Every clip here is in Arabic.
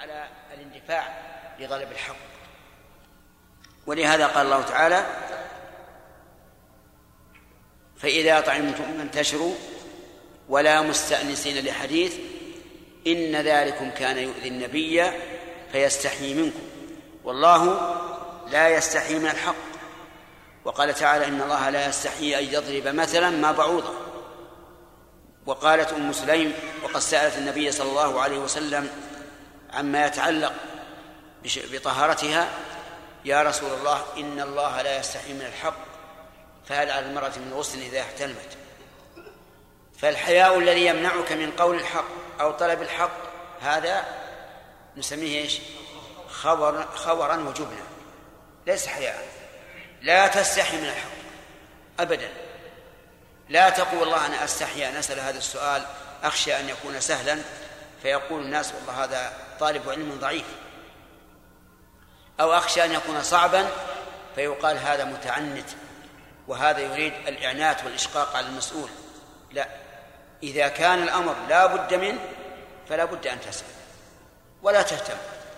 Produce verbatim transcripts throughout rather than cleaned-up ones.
على الاندفاع لطلب الحق. ولهذا قال الله تعالى: فإذا طعمتم فانتشروا ولا مستأنسين لحديث إن ذلكم كان يؤذي النبي فيستحيي منكم والله لا يستحيي من الحق. وقال تعالى: إن الله لا يستحيي أن يضرب مثلا ما بعوضة. وقالت أم سليم وقد سألت النبي صلى الله عليه وسلم عما يتعلق بطهارتها: يا رسول الله إن الله لا يستحيي من الحق فهل على المرأة من غسل إذا احتلمت؟ فالحياء الذي يمنعك من قول الحق أو طلب الحق هذا نسميه إيش؟ خبر خبرا وجبنا، ليس حياء. لا تستحي من الحق أبدا. لا تقول والله أنا أستحي أن أسأل هذا السؤال، أخشى أن يكون سهلا فيقول الناس والله هذا طالب علم ضعيف، أو أخشى أن يكون صعبا فيقال هذا متعنت وهذا يريد الإعنات والإشقاق على المسؤول. لا، إذا كان الأمر لا بد منه فلا بد أن تسأل ولا تهتم.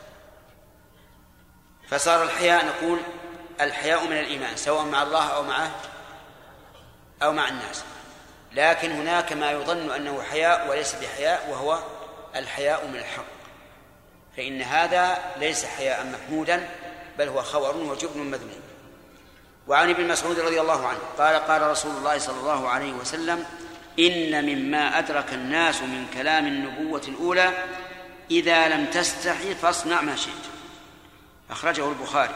فصار الحياء نقول الحياء من الإيمان سواء مع الله أو معه أو مع الناس. لكن هناك ما يظن أنه حياء وليس بحياء، وهو الحياء من الحق، فإن هذا ليس حياء محمودا بل هو خور وجبن مذموم. وعن ابن مسعود رضي الله عنه قال: قال رسول الله صلى الله عليه وسلم: إن مما أدرك الناس من كلام النبوة الأولى إذا لم تستحي فاصنع ما شئت. أخرجه البخاري.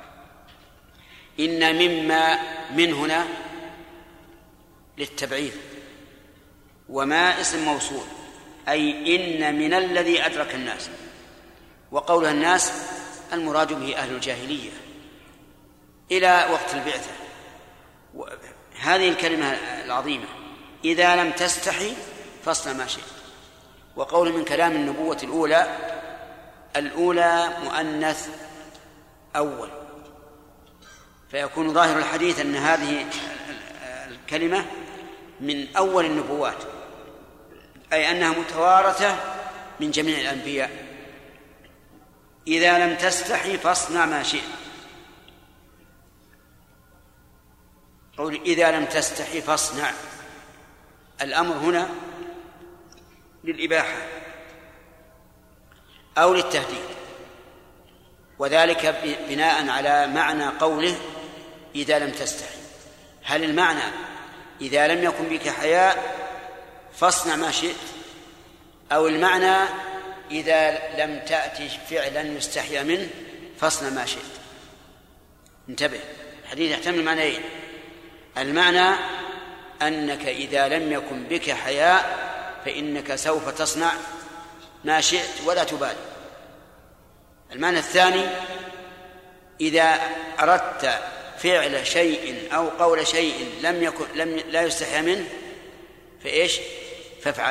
إن مما من هنا للتبعيض، وما اسم موصول، أي إن من الذي أدرك الناس. وقولها الناس المراد به أهل الجاهلية إلى وقت البعثة. هذه الكلمة العظيمة إذا لم تستحي فاصنع ما شئت. وقول من كلام النبوة الأولى، الأولى مؤنث أول، فيكون ظاهر الحديث أن هذه الكلمة من أول النبوات، أي أنها متوارثة من جميع الأنبياء. إذا لم تستحي فاصنع ما شئت. قول إذا لم تستحي فاصنع، الأمر هنا للإباحة أو للتهديد، وذلك بناء على معنى قوله إذا لم تستحي. هل المعنى إذا لم يكن بك حياء فاصنع ما شئت، أو المعنى إذا لم تأتي فعلا يستحيا منه فاصنع ما شئت؟ انتبه، الحديث يحتمل معنيين. المعنى أنك إذا لم يكن بك حياء فإنك سوف تصنع ما شئت ولا تبالي. المعنى الثاني إذا أردت فعل شيء أو قول شيء لم يكن لم لا يستحي منه فإيش فافعل.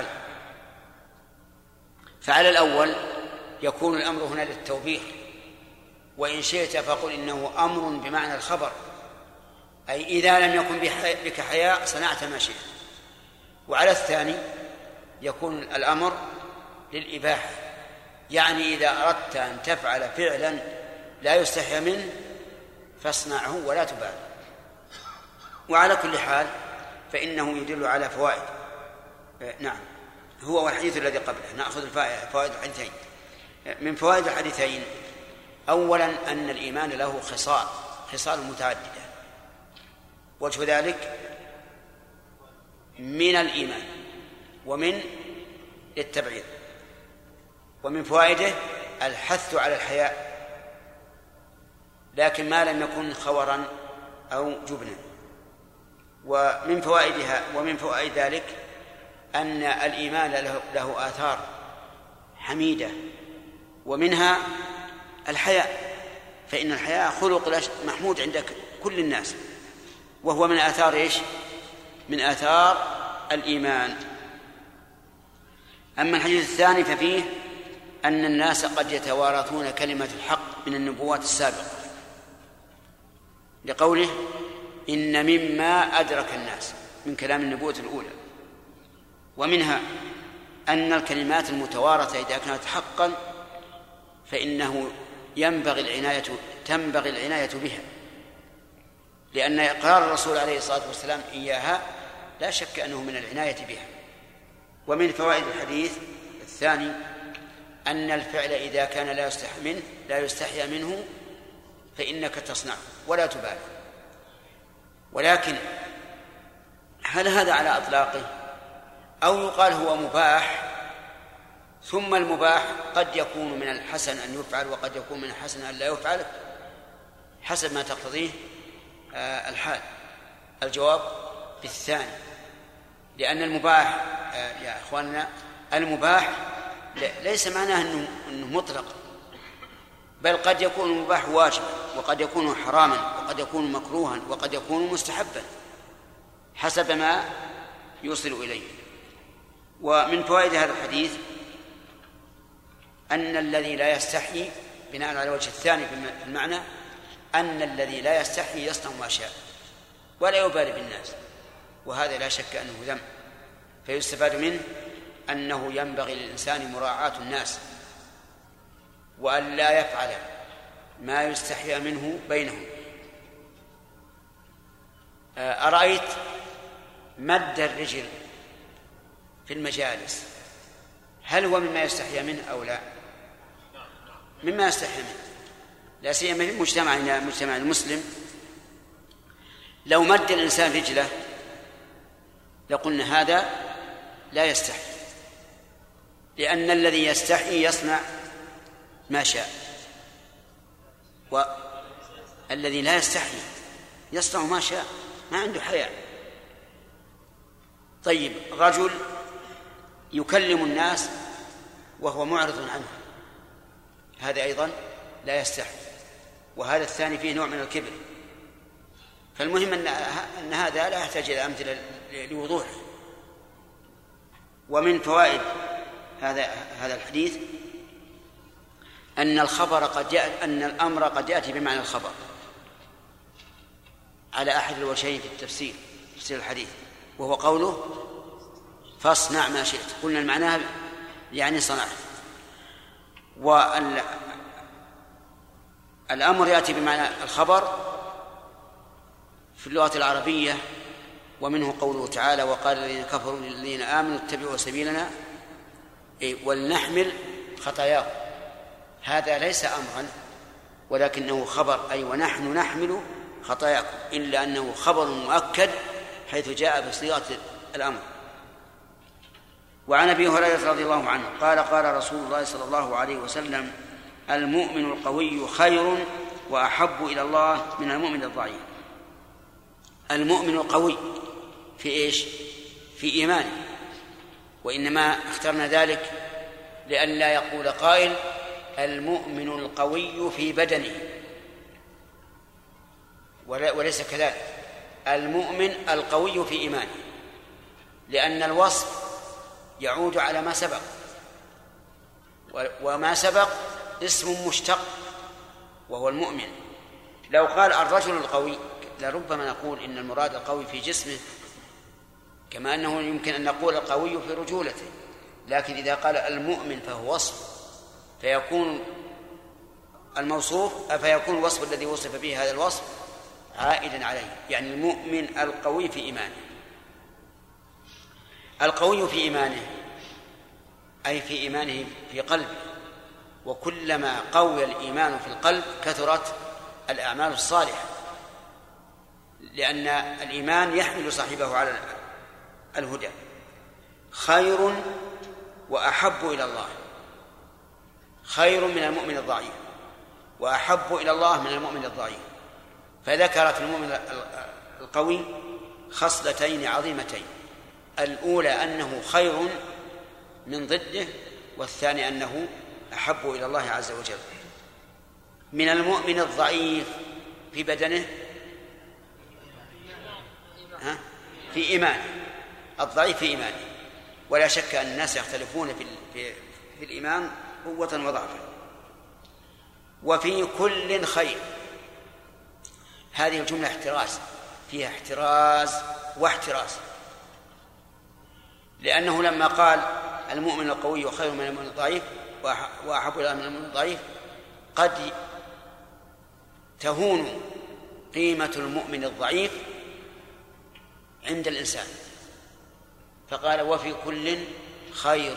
فعلى الأول يكون الأمر هنا للتوبيخ، وإن شئت فقل إنه أمر بمعنى الخبر، أي إذا لم يكن بك حياء صنعت ما شئت. وعلى الثاني يكون الأمر للإباحة، يعني إذا أردت أن تفعل فعلا لا يستحي منه فاصنعه ولا تبالي. وعلى كل حال فإنه يدل على فوائد. نعم، هو والحديث الذي قبله. نأخذ فوائد الحديثين. من فوائد الحديثين: أولا أن الإيمان له خصال خصال متعددة. وجه ذلك من الإيمان ومن التبعيض. ومن فوائده الحث على الحياء، لكن ما لم يكن خورا أو جبنا. ومن فوائدها ومن فوائد ذلك أن الإيمان له, له آثار حميدة، ومنها الحياء، فإن الحياء خلق محمود عند كل الناس، وهو من آثار إيش؟ من آثار الإيمان. أما الحديث الثاني ففيه أن الناس قد يتوارثون كلمة الحق من النبوات السابقة، لقوله إن مما أدرك الناس من كلام النبوة الأولى. ومنها أن الكلمات المتوارثة إذا كانت حقا فإنه ينبغي العناية تنبغي العناية بها، لأن إقرار الرسول عليه الصلاة والسلام إياها لا شك أنه من العناية بها. ومن فوائد الحديث الثاني أن الفعل إذا كان لا يستحي منه لا يستحي منه فإنك تصنعه ولا تبالي. ولكن هل هذا على أطلاقه أو يقال هو مباح، ثم المباح قد يكون من الحسن أن يفعل وقد يكون من الحسن أن لا يفعل حسب ما تقتضيه الحال؟ الجواب بالثاني، لأن المباح يا أخواننا المباح ليس معناه أنه مطلق، بل قد يكون المباح واجبا وقد يكون حراما وقد يكون مكروها وقد يكون مستحبا حسب ما يوصل إليه. ومن فوائد هذا الحديث أن الذي لا يستحي بناء على الوجه الثاني في المعنى أن الذي لا يستحي يصنع ما شاء ولا يبالي بالناس، وهذا لا شك أنه ذنب. فيستفاد منه أنه ينبغي للإنسان مراعاة الناس وأن لا يفعل ما يستحي منه بينهم. أرأيت مد الرجل في المجالس هل هو مما يستحي منه أو لا؟ مما يستحي منه، لا سيما في مجتمعنا مجتمع المسلم. لو مد الإنسان رجله لقلنا هذا لا يستحي، لأن الذي يستحي يصنع ما شاء، والذي لا يستحي يصنع ما شاء، ما عنده حياء. طيب رجل يكلم الناس وهو معرض عنه، هذا أيضا لا يستحي، وهذا الثاني فيه نوع من الكبر. فالمهم أن, أن هذا لا يحتاج إلى أمثلة لوضوح. ومن فوائد هذا هذا الحديث أن الخبر قد يأتي أن الأمر قد يأتي بمعنى الخبر على أحد الوجهين في التفسير تفسير الحديث، وهو قوله فاصنع ما شئت. قلنا المعنى يعني صنعت، والأمر يأتي بمعنى الخبر في اللغة العربية، ومنه قوله تعالى وقال الذين كفروا للذين آمنوا اتبعوا سبيلنا ولنحمل خطاياهم. هذا ليس أمرا ولكنه خبر، أي ونحن نحمل خطاياكم، إلا أنه خبر مؤكد حيث جاء بصيغة الأمر. وعن أبي هريرة رضي الله عنه قال قال رسول الله صلى الله عليه وسلم المؤمن القوي خير وأحب إلى الله من المؤمن الضعيف. المؤمن القوي في إيش؟ في إيمانه، وإنما اخترنا ذلك لئلا يقول قائل المؤمن القوي في بدنه، وليس كذلك، المؤمن القوي في إيمانه، لأن الوصف يعود على ما سبق، وما سبق اسم مشتق وهو المؤمن. لو قال الرجل القوي لربما نقول إن المراد القوي في جسمه، كما أنه يمكن أن نقول القوي في رجولته، لكن إذا قال المؤمن فهو وصف فيكون الموصوف فيكون الوصف الذي وصف به هذا الوصف عائدا عليه، يعني المؤمن القوي في إيمانه. القوي في إيمانه أي في إيمانه في قلبه، وكلما قوي الإيمان في القلب كثرت الأعمال الصالحة، لأن الإيمان يحمل صاحبه على الهدى. خير وأحب إلى الله، خير من المؤمن الضعيف وأحب إلى الله من المؤمن الضعيف. فذكر في المؤمن القوي خصلتين عظيمتين، الأولى أنه خير من ضده، والثاني أنه أحب إلى الله عز وجل. من المؤمن الضعيف في بدنه ها؟ في إيمانه، الضعيف في إيمانه، ولا شك أن الناس يختلفون في, في, في الإيمان قوة وضعفا. وفي كل خير، هذه الجملة احتراز، فيها احتراز واحتراز، لأنه لما قال المؤمن القوي خير من المؤمن الضعيف وأحب إلى من المؤمن الضعيف قد تهون قيمة المؤمن الضعيف عند الإنسان، فقال وفي كل خير،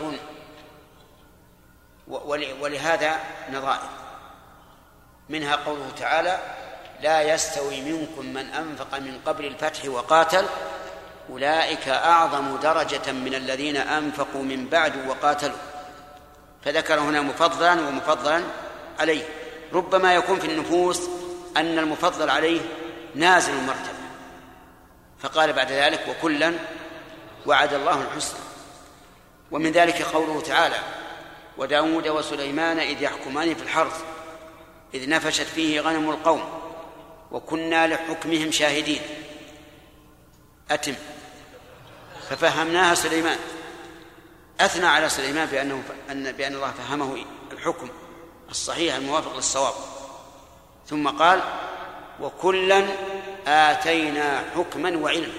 ولهذا نظائر، منها قوله تعالى لا يستوي منكم من أنفق من قبل الفتح وقاتل أولئك أعظم درجة من الذين أنفقوا من بعد وقاتلوا، فذكر هنا مفضلا ومفضلا عليه. ربما يكون في النفوس أن المفضل عليه نازل المرتبة، فقال بعد ذلك وكلا وعد الله الحسنى. ومن ذلك قوله تعالى وداود وسليمان إذ يحكمان في الحرث إذ نفشت فيه غنم القوم وكنا لحكمهم شاهدين. أتم ففهمناها سليمان، أثنى على سليمان بأنه أن بأن الله فهمه الحكم الصحيح الموافق للصواب، ثم قال وكلا آتينا حكما وعلما،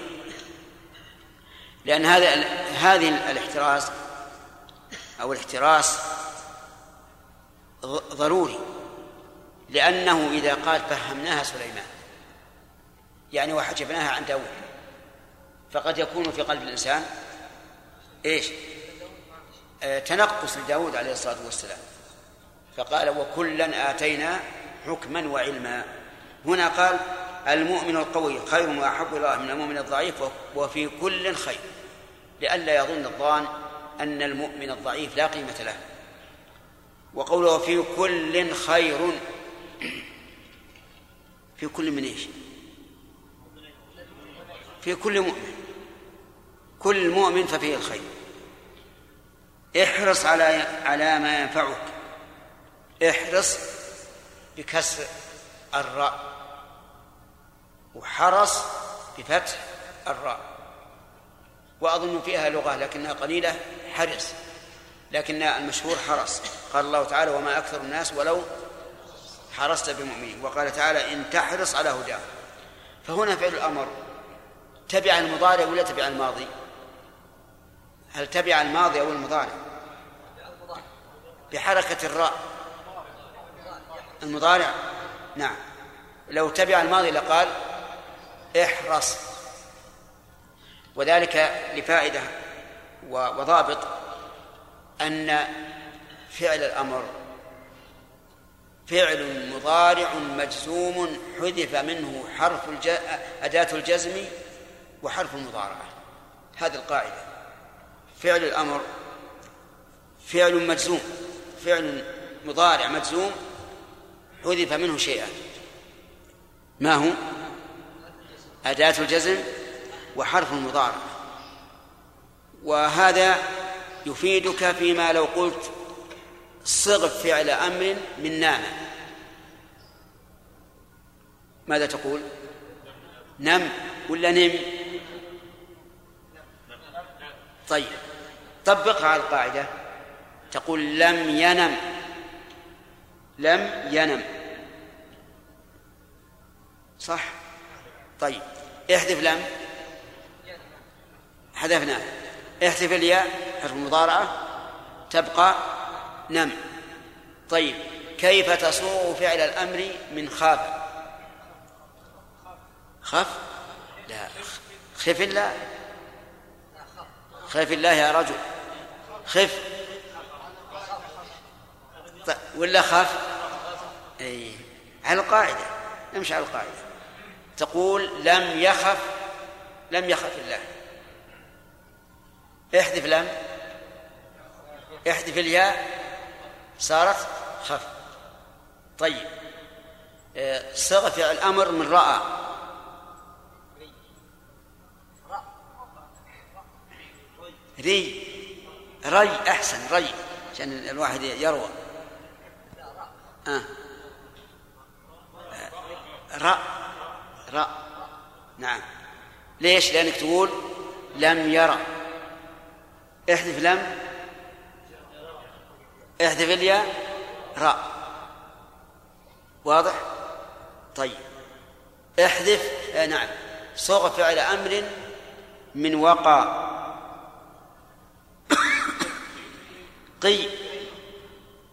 لأن هذا هذه الاحتراز أو الاحتراس ضروري، لأنه إذا قال فهمناها سليمان يعني وحجبناها عن داود، فقد يكون في قلب الإنسان إيش آه تنقص لداود عليه الصلاة والسلام، فقال وكلا آتينا حكما وعلما. هنا قال المؤمن القوي خير وأحب إلى الله من المؤمن الضعيف وفي كل خير، لئلا يظن الظان أن المؤمن الضعيف لا قيمة له. وقوله في كل خير، في كل من إيش؟ في كل مؤمن، كل مؤمن ففيه الخير. احرص على على ما ينفعك، احرص بكسر الراء وحرص بفتح الراء، وأظن فيها لغة لكنها قليلة حرص، لكن المشهور حرص. قال الله تعالى وما أكثر الناس ولو حرصت بمؤمنين، وقال تعالى إن تحرص على هداه. فهنا فعل الأمر تبع المضارع ولا تبع الماضي؟ هل تبع الماضي أو المضارع؟ بحركة الراء المضارع. نعم، لو تبع الماضي لقال احرص، وذلك لفائدة وضابط أن فعل الأمر فعل مضارع مجزوم حذف منه حرف الج... أداة الجزم وحرف المضارعة. هذه القاعدة، فعل الأمر فعل مجزوم، فعل مضارع مجزوم حذف منه شيئا، ما هو؟ أداة الجزم وحرف المضارعة. وهذا يفيدك فيما لو قلت صغ فعل أمر من نام، ماذا تقول؟ نم ولا نم؟ طيب طبقها على القاعدة، تقول لم ينم، لم ينم، صح؟ طيب احذف لم، حذفناه، احذف الياء حرف المضارعة تبقى نم. طيب كيف تصوغ فعل الأمر من خاف؟ خف؟ لا، خف الله، خف الله يا رجل، خف طيب. ولا خف؟ أي على القاعدة، نمشي على القاعدة، تقول لم يخف، لم يخف الله، احذف لم، احذف الياء صارت خف. طيب صغ فعل الأمر من رأى، ري، ري أحسن، ري عشان الواحد يروى. آه. رأ، رأ، نعم. ليش؟ لأنك تقول لم يرى، احذف لم، احذف الياء، راء، واضح؟ طيب احذف آه نعم صوغ فعل أمر من وقع، قي،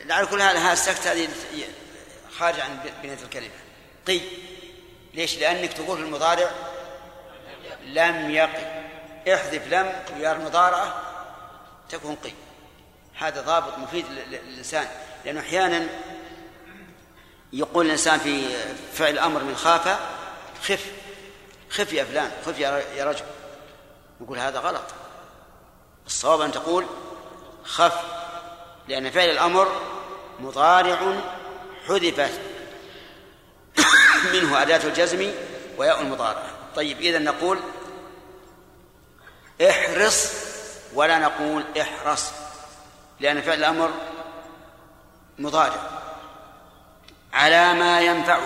لعل كل هذا السكت هذه خارج عن بنية الكلمة. قي، ليش؟ لأنك تقول في المضارع لم يقل، احذف لم ويا المضارعة تكون قي. هذا ضابط مفيد للإنسان، لأنه أحيانا يقول الإنسان في فعل أمر من خاف، خف خف يا فلان، خف يا رجل، يقول هذا غلط. الصواب أن تقول خف، لأن فعل الأمر مضارع حذفت منه أداة الجزم وياء المضارعة. طيب، إذن نقول احرص ولا نقول احرص، لأن فعل الأمر مضارع على ما ينفعك.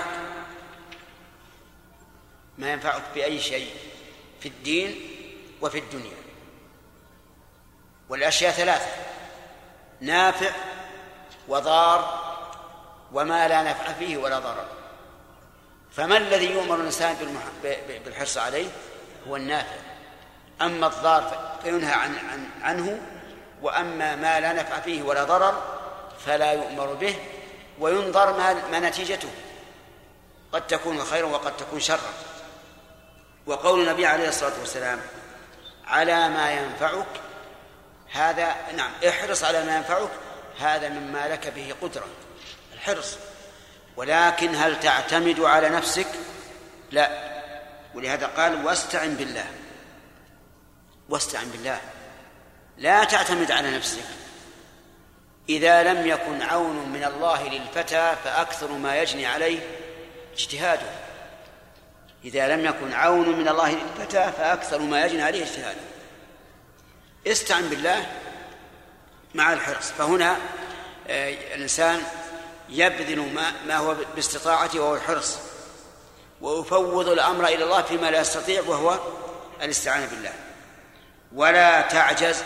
ما ينفعك بأي شيء في الدين وفي الدنيا، والأشياء ثلاثة: نافع وضار وما لا نفع فيه ولا ضرر. فما الذي يؤمر الإنسان بالحرص عليه؟ هو النافع. أما الضار فينهى عن عن عنه، وأما ما لا نفع فيه ولا ضرر فلا يؤمر به، وينظر ما, ما نتيجته، قد تكون خيرا وقد تكون شرا. وقول النبي عليه الصلاة والسلام على ما ينفعك، هذا نعم احرص على ما ينفعك، هذا مما لك به قدرة، الحرص. ولكن هل تعتمد على نفسك؟ لا. ولهذا قال واستعن بالله. واستعن بالله، لا تعتمد على نفسك. إذا لم يكن عون من الله للفتى فأكثر ما يجني عليه اجتهاده. إذا لم يكن عون من الله للفتى فأكثر ما يجني عليه اجتهاده. استعن بالله مع الحرص. فهنا الإنسان يبذل ما, ما هو باستطاعته وهو الحرص، ويفوض الأمر إلى الله فيما لا يستطيع وهو الاستعانة بالله. ولا تعجز.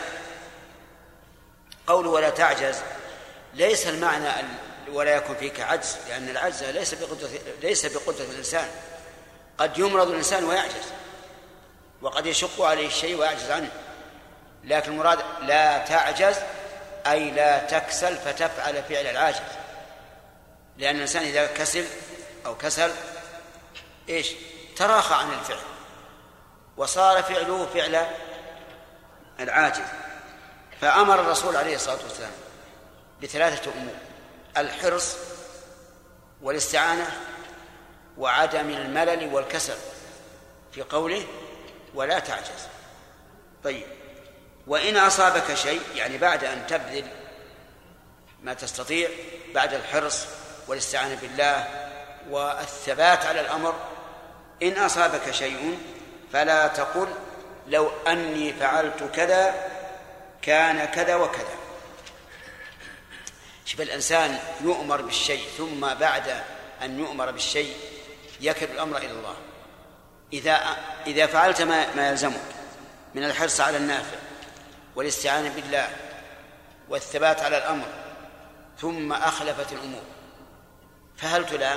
قوله ولا تعجز ليس المعنى ولا يكن فيك عجز، لأن العجز ليس بقدرة, ليس بقدرة الإنسان. قد يمرض الإنسان ويعجز، وقد يشق عليه الشيء ويعجز عنه. لكن المراد لا تعجز أي لا تكسل فتفعل فعل العاجز، لأن الإنسان إذا كسل أو كسل إيش؟ تراخى عن الفعل وصار فعله فعل العاجز. فأمر الرسول عليه الصلاة والسلام بثلاثة أمور: الحرص والاستعانة وعدم الملل والكسل، في قوله ولا تعجز. طيب، وإن أصابك شيء، يعني بعد أن تبذل ما تستطيع بعد الحرص والاستعانة بالله والثبات على الأمر، إن أصابك شيء فلا تقل لو أني فعلت كذا كان كذا وكذا. شوف، الإنسان يؤمر بالشيء ثم بعد أن يؤمر بالشيء يكل الأمر إلى الله. إذا إذا فعلت ما, ما يلزمك من الحرص على النافع والاستعانة بالله والثبات على الأمر ثم أخلفت الأمور، فهل تلام؟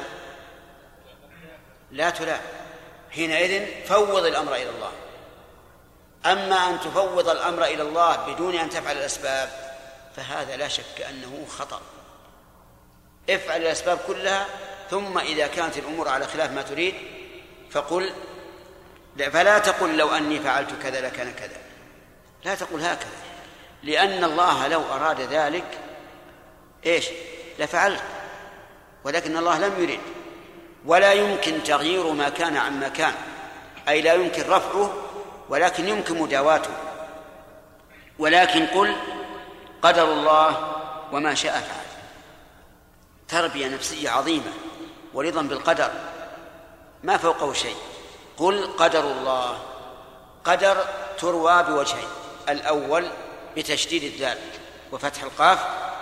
لا تلام. حينئذ فوض الأمر إلى الله. أما أن تفوض الأمر إلى الله بدون أن تفعل الأسباب فهذا لا شك أنه خطأ. افعل الأسباب كلها، ثم إذا كانت الأمور على خلاف ما تريد فقل فلا تقل لو أني فعلت كذا لكان كذا. لا تقل هكذا، لأن الله لو أراد ذلك إيش لفعلت، ولكن الله لم يريد. ولا يمكن تغيير ما كان عن ما كان، أي لا يمكن رفعه ولكن يمكن مداواته. ولكن قل قدر الله وما شاء فعل. تربية نفسية عظيمة ورضا بالقدر ما فوقه شيء. قل قدر الله. قدر تروى بوجهين: الأول بتشديد الدال وفتح القاف،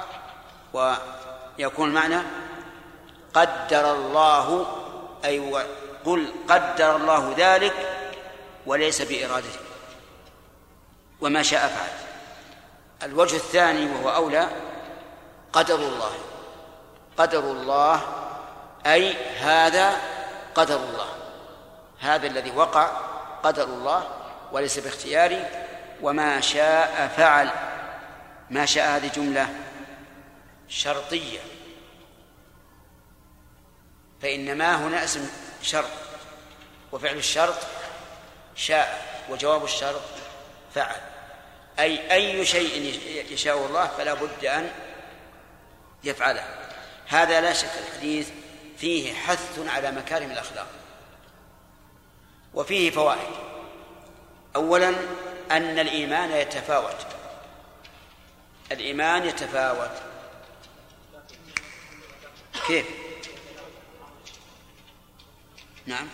ويكون المعنى قدر الله، أي قل قدر الله ذلك وليس بإرادته وما شاء فعل. الوجه الثاني وهو أولى: قدر الله. قدر الله أي هذا قدر الله، هذا الذي وقع قدر الله وليس باختياري. وما شاء فعل. ما شاء هذه جملة شرطية، فإن ما هنا اسم شرط، وفعل الشرط شاء، وجواب الشرط فعل، أي أي شيء يشاء الله فلا بد أن يفعله. هذا لا شك الحديث فيه حث على مكارم الأخلاق، وفيه فوائد. أولا أن الإيمان يتفاوت، الإيمان يتفاوت. كيف؟ نعم.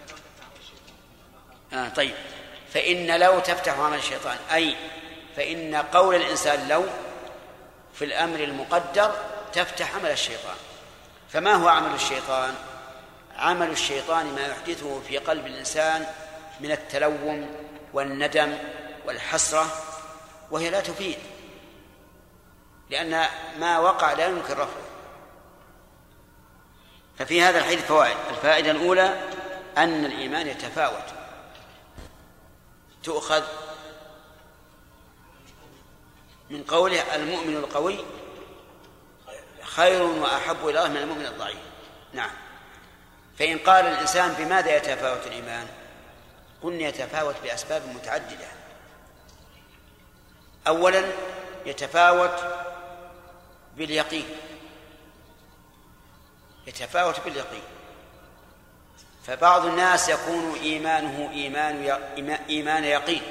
آه طيب، فإن لو تفتح عمل الشيطان، أي فإن قول الإنسان لو في الأمر المقدر تفتح عمل الشيطان. فما هو عمل الشيطان؟ عمل الشيطان ما يحدثه في قلب الإنسان من التلوم والندم والحسرة، وهي لا تفيد، لأن ما وقع لا يمكن رفعه. ففي هذا الحديث فوائد. الفائدة الأولى أن الإيمان يتفاوت، تؤخذ من قوله المؤمن القوي خير وأحب إلى الله من المؤمن الضعيف. نعم. فإن قال الإنسان بماذا يتفاوت الإيمان؟ قلنا يتفاوت بأسباب متعددة. أولا يتفاوت باليقين، يتفاوت باليقين. فبعض الناس يكون إيمانه إيمان إيمان يقين،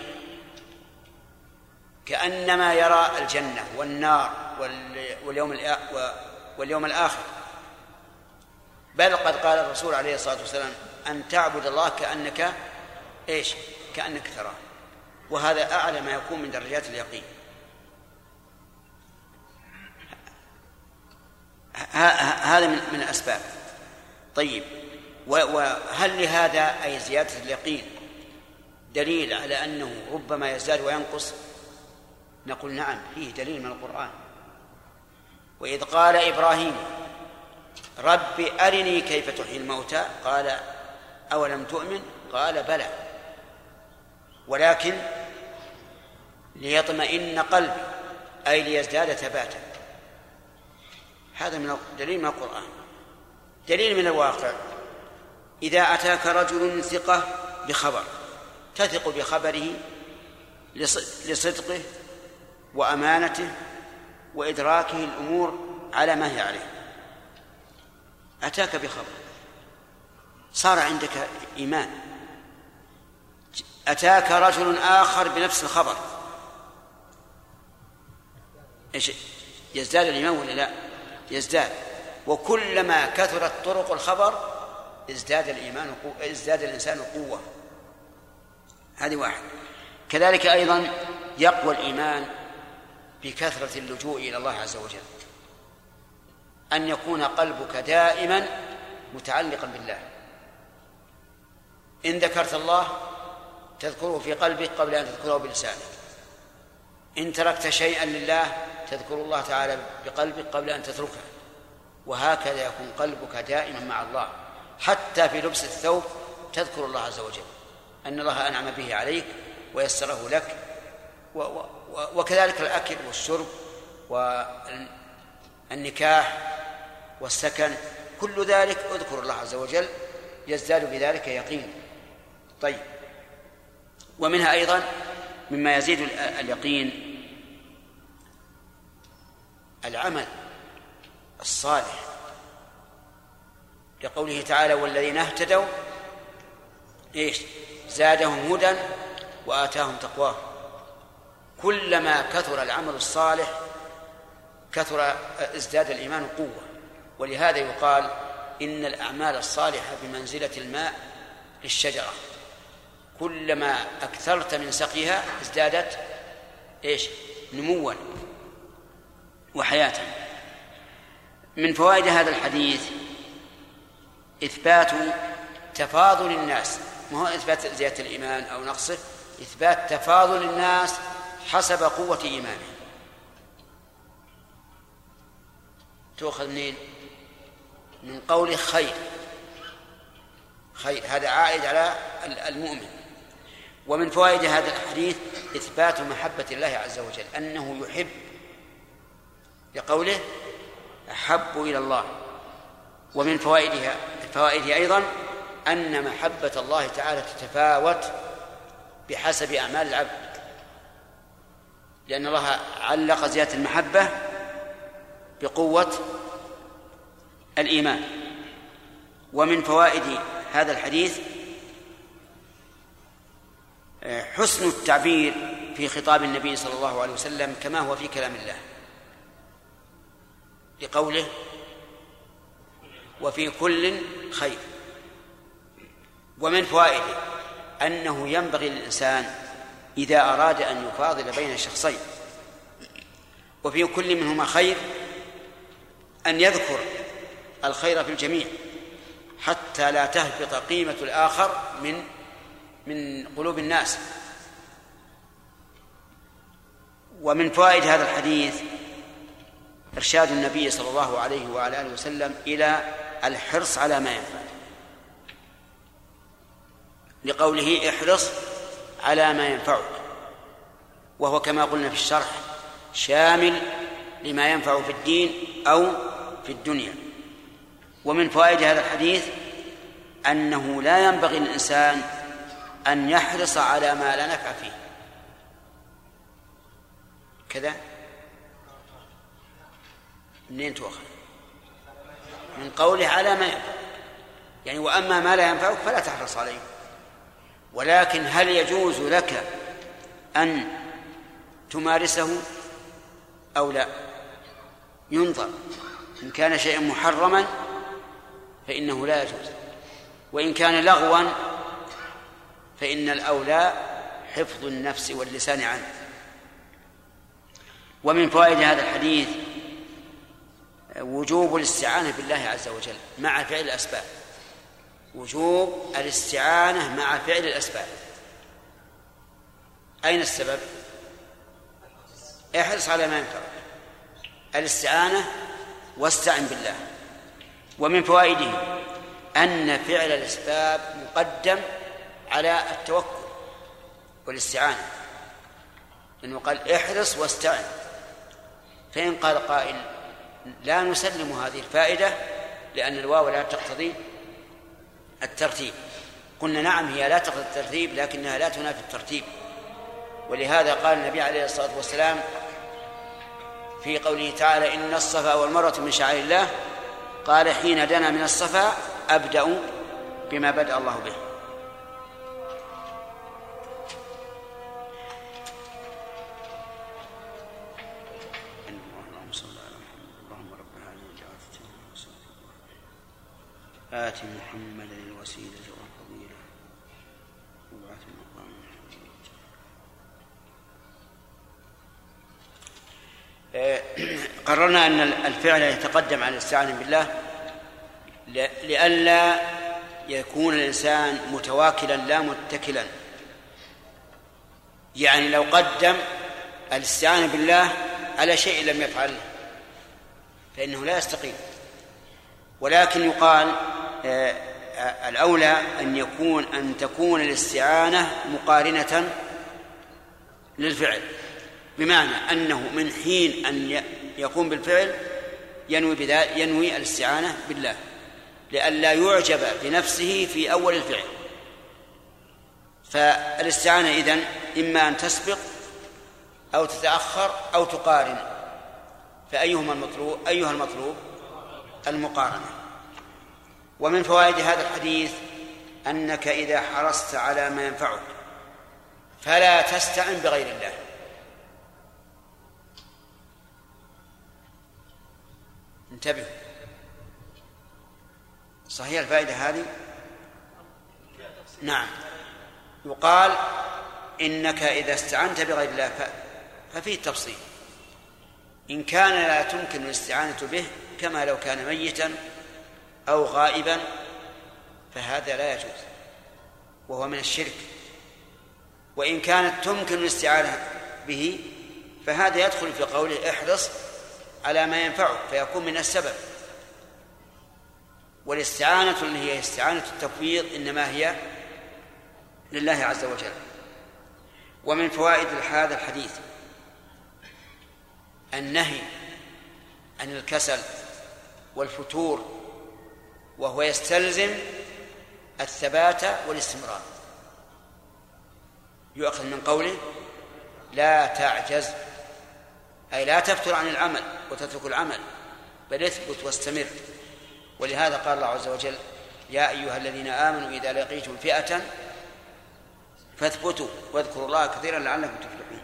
كأنما يرى الجنة والنار واليوم واليوم الآخر، بل قد قال الرسول عليه الصلاة والسلام أن تعبد الله كأنك إيش؟ كأنك تراه، وهذا أعلى ما يكون من درجات اليقين. هذا من الأسباب. طيب، وهل لهذا أي زيادة اليقين دليل على أنه ربما يزداد وينقص؟ نقول نعم، فيه دليل من القرآن. وإذ قال إبراهيم رب أرني كيف تحيي الموتى قال أولم تؤمن قال بلى ولكن ليطمئن قلبي، أي ليزداد ثباتا. هذا من دليل من القرآن. دليل من الواقع، إذا أتاك رجل ثقة بخبر تثق بخبره لصدقه وأمانته وإدراكه الأمور على ما هي عليه، أتاك بخبر صار عندك إيمان. أتاك رجل آخر بنفس الخبر، إيش يزداد الإيمان ولا لا؟ يزداد. وكلما كثرت طرق الخبر ازداد الإيمان ازداد الإنسان قوة. هذه واحد. كذلك أيضا يقوى الإيمان بكثرة اللجوء إلى الله عز وجل، أن يكون قلبك دائما متعلقا بالله. إن ذكرت الله تذكره في قلبك قبل أن تذكره بلسانك، إن تركت شيئا لله تذكر الله تعالى بقلبك قبل أن تتركه، وهكذا يكون قلبك دائما مع الله. حتى في لبس الثوب تذكر الله عز وجل أن الله أنعم به عليك ويسره لك، وكذلك الأكل والشرب والنكاح والسكن، كل ذلك اذكر الله عز وجل يزداد بذلك يقين. طيب، ومنها أيضا مما يزيد اليقين العمل الصالح، لقوله تعالى والذين اهتدوا إيش زادهم هدى وآتاهم تقواهم. كلما كثر العمل الصالح كثر ازداد الإيمان قوة. ولهذا يقال إن الأعمال الصالحة بمنزلة الماء للشجرة، كلما أكثرت من سقيها ازدادت إيش نموا وحياة. من فوائد هذا الحديث إثبات تفاضل الناس، ما هو إثبات زيادة الإيمان أو نقصه، إثبات تفاضل الناس حسب قوة إيمانه. تأخذ منين؟ من قول خير، خير هذا عائد على المؤمن. ومن فوائد هذا الحديث إثبات محبة الله عز وجل، أنه يحب، لقوله أحب إلى الله. ومن فوائدها الفوائد أيضا أن محبة الله تعالى تتفاوت بحسب أعمال العبد، لأن الله علق زيادة المحبة بقوة الإيمان. ومن فوائد هذا الحديث حسن التعبير في خطاب النبي صلى الله عليه وسلم كما هو في كلام الله، لقوله وفي كل خير. ومن فوائده أنه ينبغي للإنسان إذا أراد أن يفاضل بين شخصين وفي كل منهما خير أن يذكر الخير في الجميع حتى لا تهبط قيمة الآخر من من قلوب الناس. ومن فوائد هذا الحديث إرشاد النبي صلى الله عليه وعلى آله وسلم إلى الحرص على ما ينفع، لقوله احرص على ما ينفعك، وهو كما قلنا في الشرح شامل لما ينفع في الدين أو في الدنيا. ومن فوائد هذا الحديث أنه لا ينبغي للإنسان أن يحرص على ما لا نفع فيه كذا. منين تؤخذ؟ من قوله على ما ينفع، يعني وأما ما لا ينفعك فلا تحرص عليه. ولكن هل يجوز لك أن تمارسه أو لا؟ ينظر، إن كان شيئا محرما فإنه لا يجوز، وإن كان لغوا فإن الأولى حفظ النفس واللسان عنه. ومن فوائد هذا الحديث وجوب الاستعانة بالله عز وجل مع فعل الأسباب، وجوب الاستعانة مع فعل الأسباب. أين السبب؟ احرص على ما ينفعك، الاستعانة واستعن بالله. ومن فوائده أن فعل الأسباب مقدم على التوكل والاستعانة، لأنه قال احرص واستعن. فإن قال قائل لا نسلم هذه الفائدة لأن الواو لا تقتضي الترتيب، قلنا نعم هي لا تقتضي الترتيب لكنها لا تنافي الترتيب. ولهذا قال النبي عليه الصلاة والسلام في قوله تعالى إن الصفا والمروة من شعائر الله، قال حين دنا من الصفا أبدأ بما بدأ الله به. آت محمدا الوسيلة والفضيلة وبعث المقام المحمود. قررنا أن الفعل يتقدم على الاستعانة بالله لئلا يكون الإنسان متواكلا لا متكلا، يعني لو قدم الاستعانة بالله على شيء لم يفعل فإنه لا يستقيم. ولكن يقال آه الأولى أن يكون أن تكون الاستعانة مقارنة للفعل، بمعنى أنه من حين أن يقوم بالفعل ينوي بذلك ينوي الاستعانة بالله لئلا يعجب بنفسه في أول الفعل. فالاستعانة إذن إما أن تسبق أو تتأخر أو تقارن، فأيهما المطلوب؟ أيها المطلوب؟ المقارنة. ومن فوائد هذا الحديث أنك إذا حرصت على ما ينفعك فلا تستعن بغير الله. انتبهوا، صحيح الفائدة هذه؟ نعم، يقال إنك إذا استعنت بغير الله ففيه تفصيل، إن كان لا تمكن الاستعانة به كما لو كان ميتا أو غائبا فهذا لا يجوز وهو من الشرك، وإن كانت تمكن الاستعانة به فهذا يدخل في قوله احرص على ما ينفعك فيكون من السبب. والاستعانة اللي هي استعانة التفويض إنما هي لله عز وجل. ومن فوائد هذا الحديث النهي عن الكسل والفتور، وهو يستلزم الثبات والاستمرار. يؤخذ من قوله لا تعجز، أي لا تفتر عن العمل وتترك العمل، بل اثبت واستمر. ولهذا قال الله عز وجل يا أيها الذين آمنوا إذا لقيتم فئة فاثبتوا واذكروا الله كثيرا لعلكم تفلحون.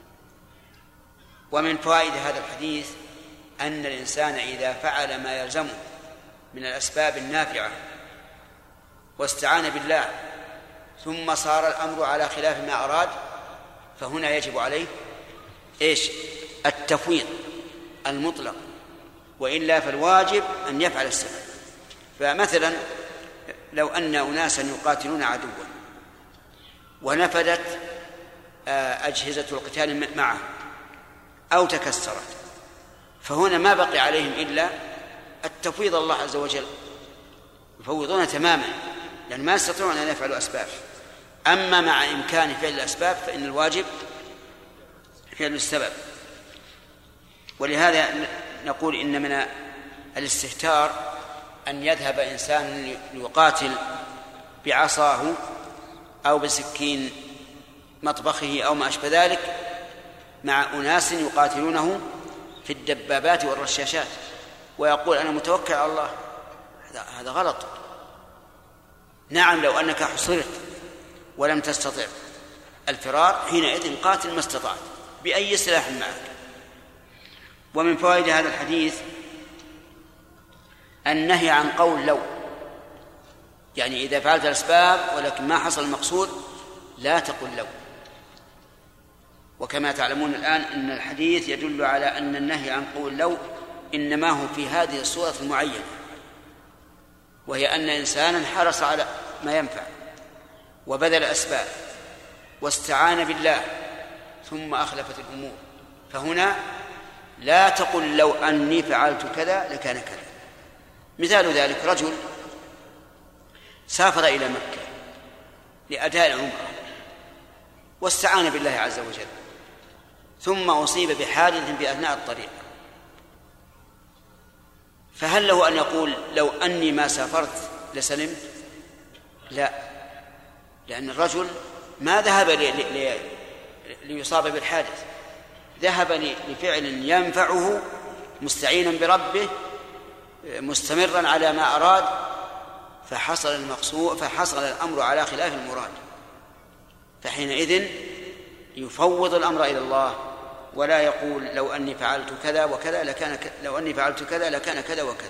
ومن فوائد هذا الحديث أن الإنسان إذا فعل ما يلزمه من الأسباب النافعة واستعان بالله ثم صار الأمر على خلاف ما أراد، فهنا يجب عليه إيش؟ التفويض المطلق، وإلا فالواجب أن يفعل السبب. فمثلا لو أن أناسا يقاتلون عدوا ونفدت أجهزة القتال معه أو تكسرت، فهنا ما بقي عليهم إلا التفويض الله عز وجل، يفوضون تماما لأن ما يستطيعون أن يفعلوا أسباب. أما مع إمكان فعل الأسباب فإن الواجب فعل السبب. ولهذا نقول إن من الاستهتار أن يذهب إنسان ليقاتل بعصاه أو بسكين مطبخه أو ما أشبه ذلك مع أناس يقاتلونه في الدبابات والرشاشات، ويقول أنا متوكل على الله. هذا غلط. نعم لو أنك حصرت ولم تستطع الفرار حينئذ قاتل ما استطعت بأي سلاح معك. ومن فوائد هذا الحديث النهي عن قول لو، يعني إذا فعلت الأسباب ولكن ما حصل المقصود لا تقل لو. وكما تعلمون الآن أن الحديث يدل على أن النهي عن قول لو إنما هو في هذه الصورة المعينة، وهي أن إنسانا حرص على ما ينفع وبذل الأسباب واستعان بالله ثم أخلفت الأمور، فهنا لا تقل لو أني فعلت كذا لكان كذا. مثال ذلك رجل سافر إلى مكة لأداء العمرة واستعان بالله عز وجل، ثم أصيب بحادث بأثناء الطريق، فهل له أن يقول لو أني ما سافرت لسلمت؟ لا، لأن الرجل ما ذهب لي لي ليصاب بالحادث، ذهب لفعل ينفعه مستعينا بربه مستمرا على ما أراد، فحصل المقصود فحصل الأمر على خلاف المراد، فحينئذ يفوض الأمر إلى الله ولا يقول لو أني فعلت كذا وكذا لكان ك... لو أني فعلت كذا لكان كذا وكذا.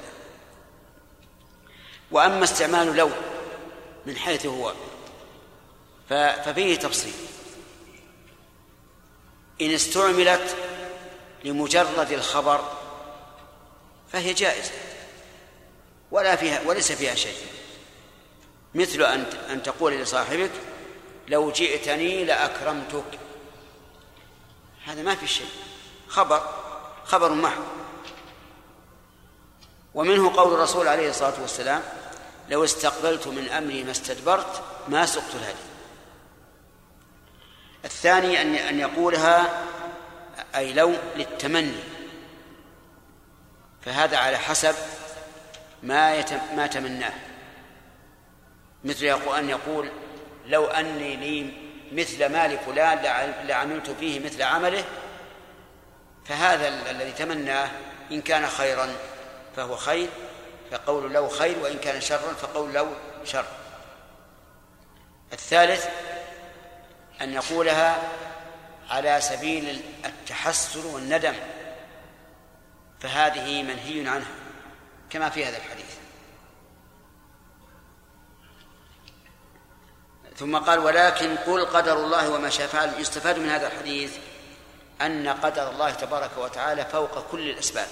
وأما استعمال لو من حيث هو ف... ففيه تفصيل. إن استعملت لمجرد الخبر فهي جائزة ولا فيها وليس فيها شيء، مثل أن أن تقول لصاحبك لو جئتني لأكرمتك، هذا ما في شيء، خبر خبر محض. ومنه قول الرسول عليه الصلاة والسلام لو استقبلت من أمري ما استدبرت ما سقت الهدي. الثاني أن أن يقولها أي لو للتمني، فهذا على حسب ما يتم ما تمناه، مثل أن يقول لو أني لي مثل مال فلان لعملت فيه مثل عمله، فهذا الذي تمناه إن كان خيرا فهو خير فقول لو خير، وإن كان شرا فقول لو شر. الثالث أن يقولها على سبيل التحسر والندم، فهذه منهي عنها كما في هذا الحديث. ثم قال ولكن قل قدر الله وما شاء فعل. يستفاد من هذا الحديث أن قدر الله تبارك وتعالى فوق كل الأسباب،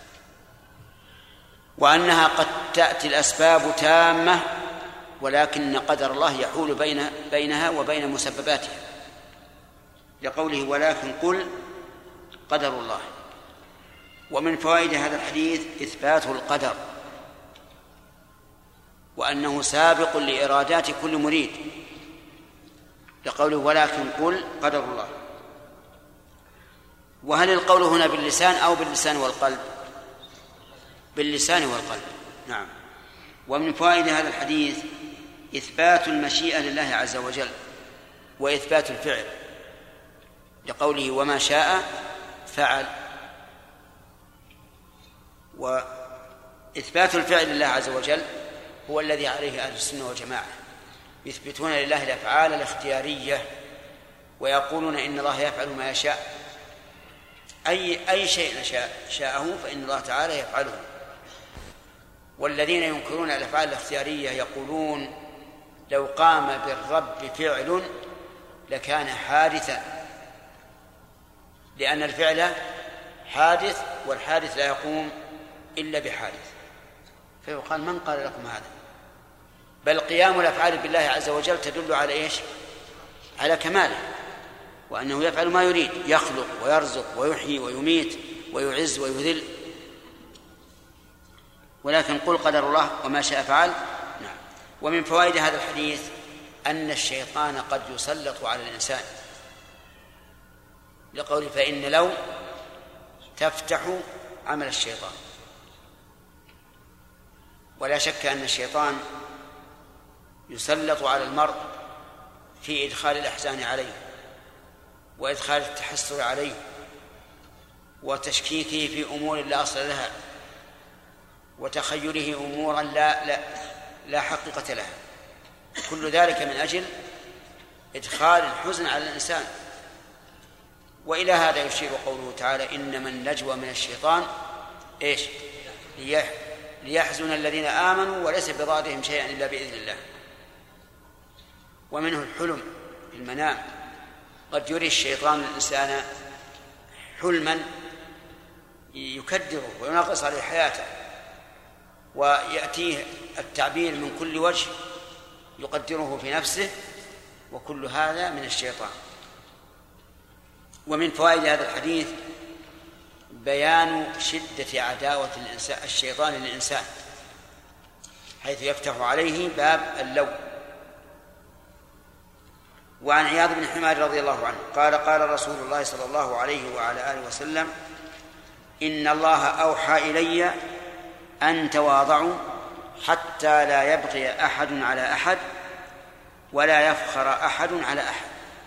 وأنها قد تأتي الأسباب تامة ولكن قدر الله يحول بين بينها وبين مسبباتها، لقوله ولكن قل قدر الله. ومن فوائد هذا الحديث إثبات القدر، وأنه سابق لإرادات كل مريد، لقوله ولكن قل قدر الله. وهل القول هنا باللسان أو باللسان والقلب؟ باللسان والقلب. نعم. ومن فوائد هذا الحديث إثبات المشيئة لله عز وجل وإثبات الفعل، لقوله وما شاء فعل. وإثبات الفعل لله عز وجل هو الذي عليه أهل السنة والجماعة، يثبتون لله الأفعال الاختيارية ويقولون إن الله يفعل ما يشاء، أي أي شيء شاء شاءه فإن الله تعالى يفعله. والذين ينكرون الأفعال الاختيارية يقولون لو قام بالرب فعل لكان حادثا، لأن الفعل حادث والحادث لا يقوم إلا بحادث، فيقال من قال لكم هذا؟ بل قيام الأفعال بالله عز وجل تدل على إيش؟ على كماله، وأنه يفعل ما يريد، يخلق ويرزق ويحيي ويميت ويعز ويذل. ولكن قل قدر الله وما شاء فعل. نعم. ومن فوائد هذا الحديث أن الشيطان قد يسلط على الإنسان، لقوله فإن لو تفتح عمل الشيطان. ولا شك أن الشيطان يسلط على المرء في إدخال الأحزان عليه وإدخال التحسر عليه وتشكيكه في أمور لا أصل لها وتخيله أمورا لا, لا, لا حقيقة لها، كل ذلك من أجل إدخال الحزن على الإنسان. وإلى هذا يشير قوله تعالى إنما النجوى من الشيطان إيش؟ ليحزن الذين آمنوا وليس بضارهم شيئا إلا بإذن الله. ومنه الحلم في المنام، قد يري الشيطان الإنسان حلما يكدره وينغص عليه حياته، ويأتيه التعبير من كل وجه يقدره في نفسه، وكل هذا من الشيطان. ومن فوائد هذا الحديث بيان شدة عداوة الشيطان للإنسان، حيث يفتح عليه باب اللو. وعن عياض بن حمار رضي الله عنه قال قال رسول الله صلى الله عليه وعلى آله وسلم إن الله أوحى إلي أن تواضعوا حتى لا يبغي أحد على أحد ولا يفخر أحد على أحد.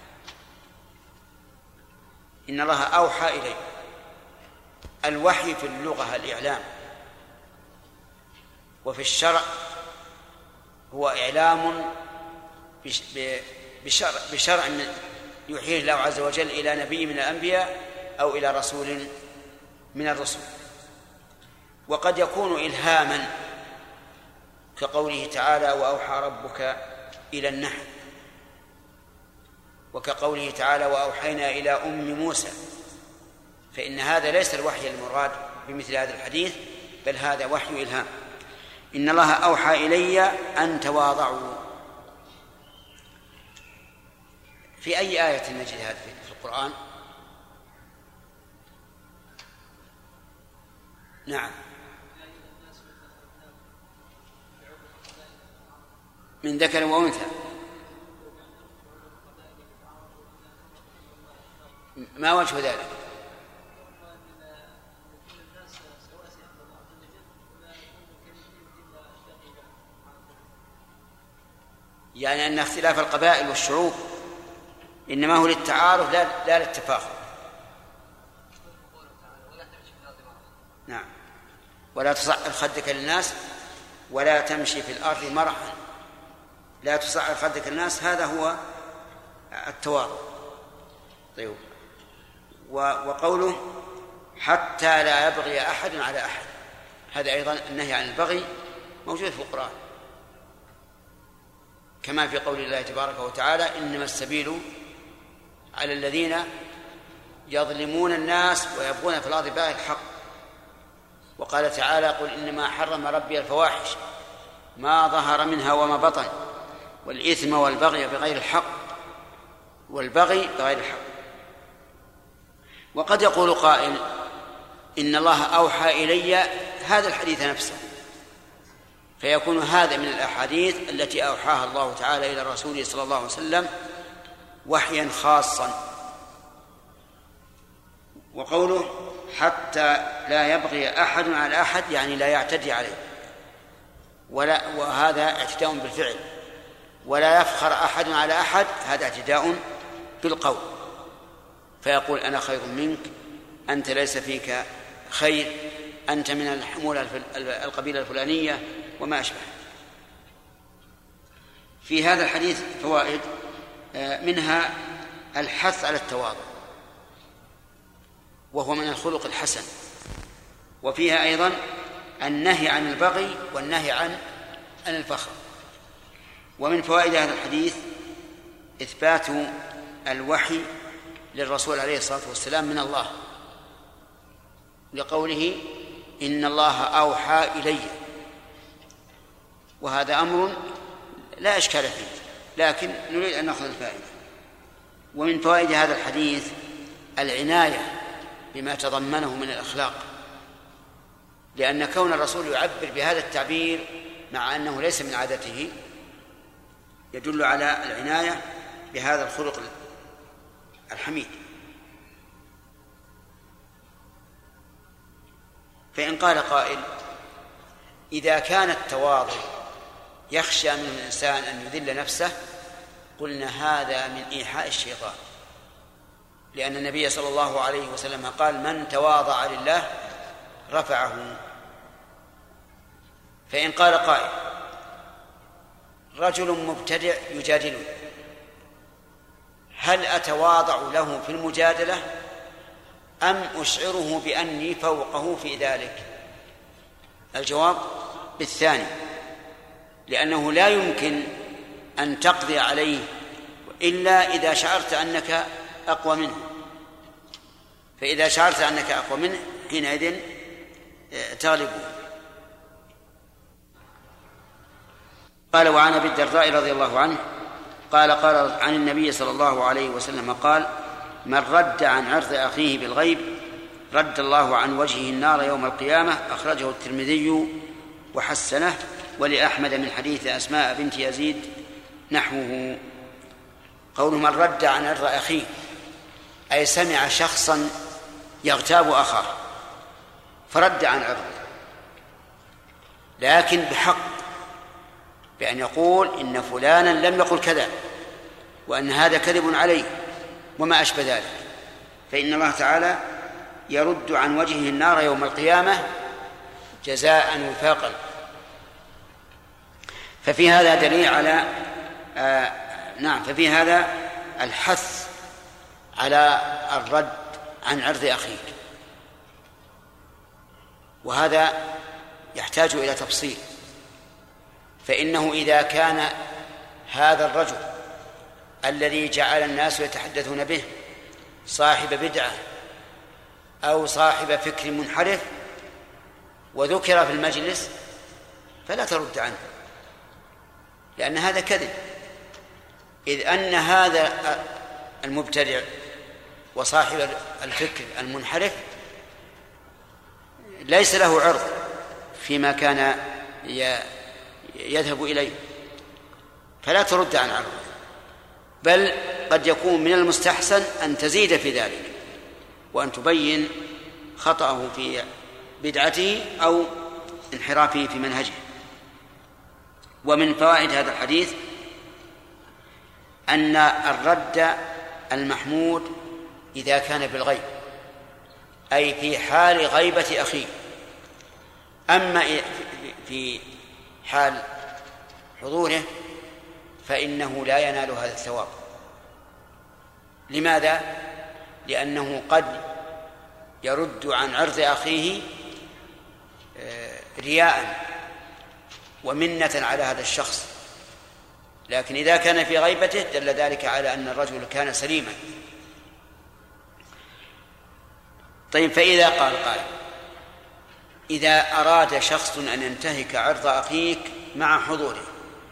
إن الله أوحى إلي. الوحي في اللغة الإعلام، وفي الشرع هو إعلام بشرع, بشرع من يوحيه الله عز وجل إلى نبي من الأنبياء أو إلى رسول من الرسل. وقد يكون إلهاما كقوله تعالى وأوحى ربك إلى النحل، وكقوله تعالى وأوحينا إلى أم موسى، فإن هذا ليس الوحي المراد بمثل هذا الحديث، بل هذا وحي إلهام. إن الله أوحى إلي أن تواضعوا. في أي آية نجد هذا في القرآن؟ نعم، من ذكر وأنثى. ما وجه ذلك؟ يعني أن اختلاف القبائل والشعوب إنما هو للتعارف لا, لا للتفاخر. نعم. ولا تصعر خدك للناس ولا تمشي في الأرض مرحا. لا تصعر خدك للناس، هذا هو التواضع. طيب. وقوله حتى لا يبغي أحد على أحد، هذا أيضا النهي عن البغي موجود في القرآن، كما في قول الله تبارك وتعالى إنما السبيل على الذين يظلمون الناس ويبغون في الأرض بغير الحق. وقال تعالى قل إنما حرم ربي الفواحش ما ظهر منها وما بطن والإثم والبغي بغير الحق والبغي بغير الحق. وقد يقول قائل إن الله أوحى إلي هذا الحديث نفسه، فيكون هذا من الأحاديث التي أوحاها الله تعالى إلى رسوله صلى الله عليه وسلم وحيا خاصا. وقوله حتى لا يبغي أحد على أحد، يعني لا يعتدي عليه، ولا وهذا اعتداء بالفعل. ولا يفخر أحد على أحد، هذا اعتداء بالقول، فيقول أنا خير منك، أنت ليس فيك خير، أنت من الحمولة القبيلة الفلانية وما أشبه. في هذا الحديث فوائد، منها الحث على التواضع وهو من الخلق الحسن، وفيها أيضا النهي عن البغي والنهي عن عن الفخر. ومن فوائد هذا الحديث إثبات الوحي للرسول عليه الصلاة والسلام من الله، لقوله إن الله أوحى إلي، وهذا أمر لا إشكال فيه، لكن نريد أن نأخذ الفائدة. ومن فوائد هذا الحديث العناية بما تضمنه من الأخلاق، لأن كون الرسول يعبر بهذا التعبير مع أنه ليس من عادته يدل على العناية بهذا الخلق الحميد. فإن قال قائل إذا كان التواضع يخشى من الإنسان أن يذل نفسه، قلنا هذا من إيحاء الشيطان، لأن النبي صلى الله عليه وسلم قال من تواضع لله رفعه. فإن قال قائل رجل مبتدع يجادلني، هل أتواضع له في المجادلة أم أشعره بأني فوقه في ذلك؟ الجواب بالثاني، لأنه لا يمكن أن تقضي عليه إلا إذا شعرت أنك أقوى منه، فإذا شعرت أنك أقوى منه حينئذ تغلبه. قال وعن أبي الدرداء رضي الله عنه قال قال عن النبي صلى الله عليه وسلم قال من رد عن عرض أخيه بالغيب رد الله عن وجهه النار يوم القيامة. أخرجه الترمذي وحسنه، ولأحمد من حديث أسماء بنت يزيد نحوه. قول من رد عن عرض أخيه أي سمع شخصا يغتاب أخاه فرد عن عرضه، لكن بحق، بأن يقول إن فلانا لم يقل كذا وأن هذا كذب عليه وما أشبه ذلك، فإن الله تعالى يرد عن وجهه النار يوم القيامة جزاء وفاقا. ففي هذا دليل على آه نعم ففي هذا الحث على الرد عن عرض أخيك، وهذا يحتاج إلى تفصيل. فإنه إذا كان هذا الرجل الذي جعل الناس يتحدثون به صاحب بدعة أو صاحب فكر منحرف وذكر في المجلس فلا ترد عنه، لأن هذا كذب، إذ أن هذا المبتدع وصاحب الفكر المنحرف ليس له عرض فيما كان يذهب إليه، فلا ترد عن عرضه، بل قد يكون من المستحسن أن تزيد في ذلك وأن تبين خطأه في بدعته أو انحرافه في منهجه. ومن فوائد هذا الحديث أن الرد المحمود إذا كان بالغيب، أي في حال غيبة أخيه، أما في حال حضوره فإنه لا ينال هذا الثواب. لماذا؟ لأنه قد يرد عن عرض أخيه رياء ومنة على هذا الشخص، لكن إذا كان في غيبته دل ذلك على أن الرجل كان سليما. طيب، فإذا قال قائل إذا أراد شخص أن ينتهك عرض أخيك مع حضوره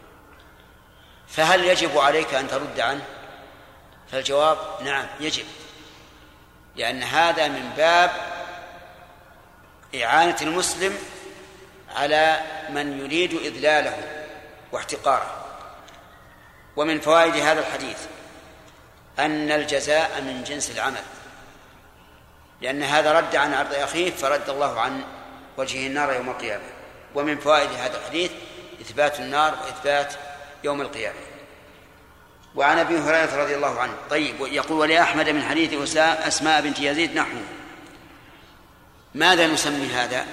فهل يجب عليك أن ترد عنه؟ فالجواب نعم يجب، لأن هذا من باب إعانة المسلم على من يريد إذلاله واحتقاره. ومن فوائد هذا الحديث أن الجزاء من جنس العمل، لأن هذا رد عن عرض أخيه فرد الله عن وجهه النار يوم القيامة. ومن فوائد هذا الحديث إثبات النار وإثبات يوم القيامة. وعن أبي هريرة رضي الله عنه. طيب، يقول ولأحمد من حديث أسماء بنت يزيد نحو. ماذا نسمي هذا؟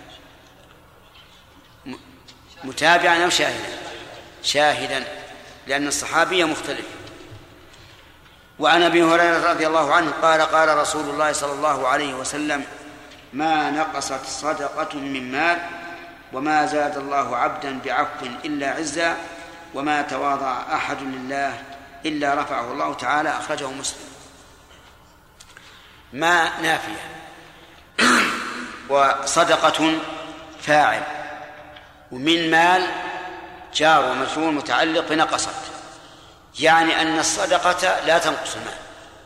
متابعا أو شاهدا؟ شاهدا، لأن الصحابية مختلف. وعن أبي هريرة رضي الله عنه قال قال رسول الله صلى الله عليه وسلم ما نقصت صدقة من مال وما زاد الله عبدا بعفو إلا عزا وما تواضع أحد لله إلا رفعه الله تعالى. أخرجه مسلم. ما نافية، وصدقة فاعل، ومن مال جار ومجرور متعلق بنقصت، يعني أن الصدقة لا تنقص المال.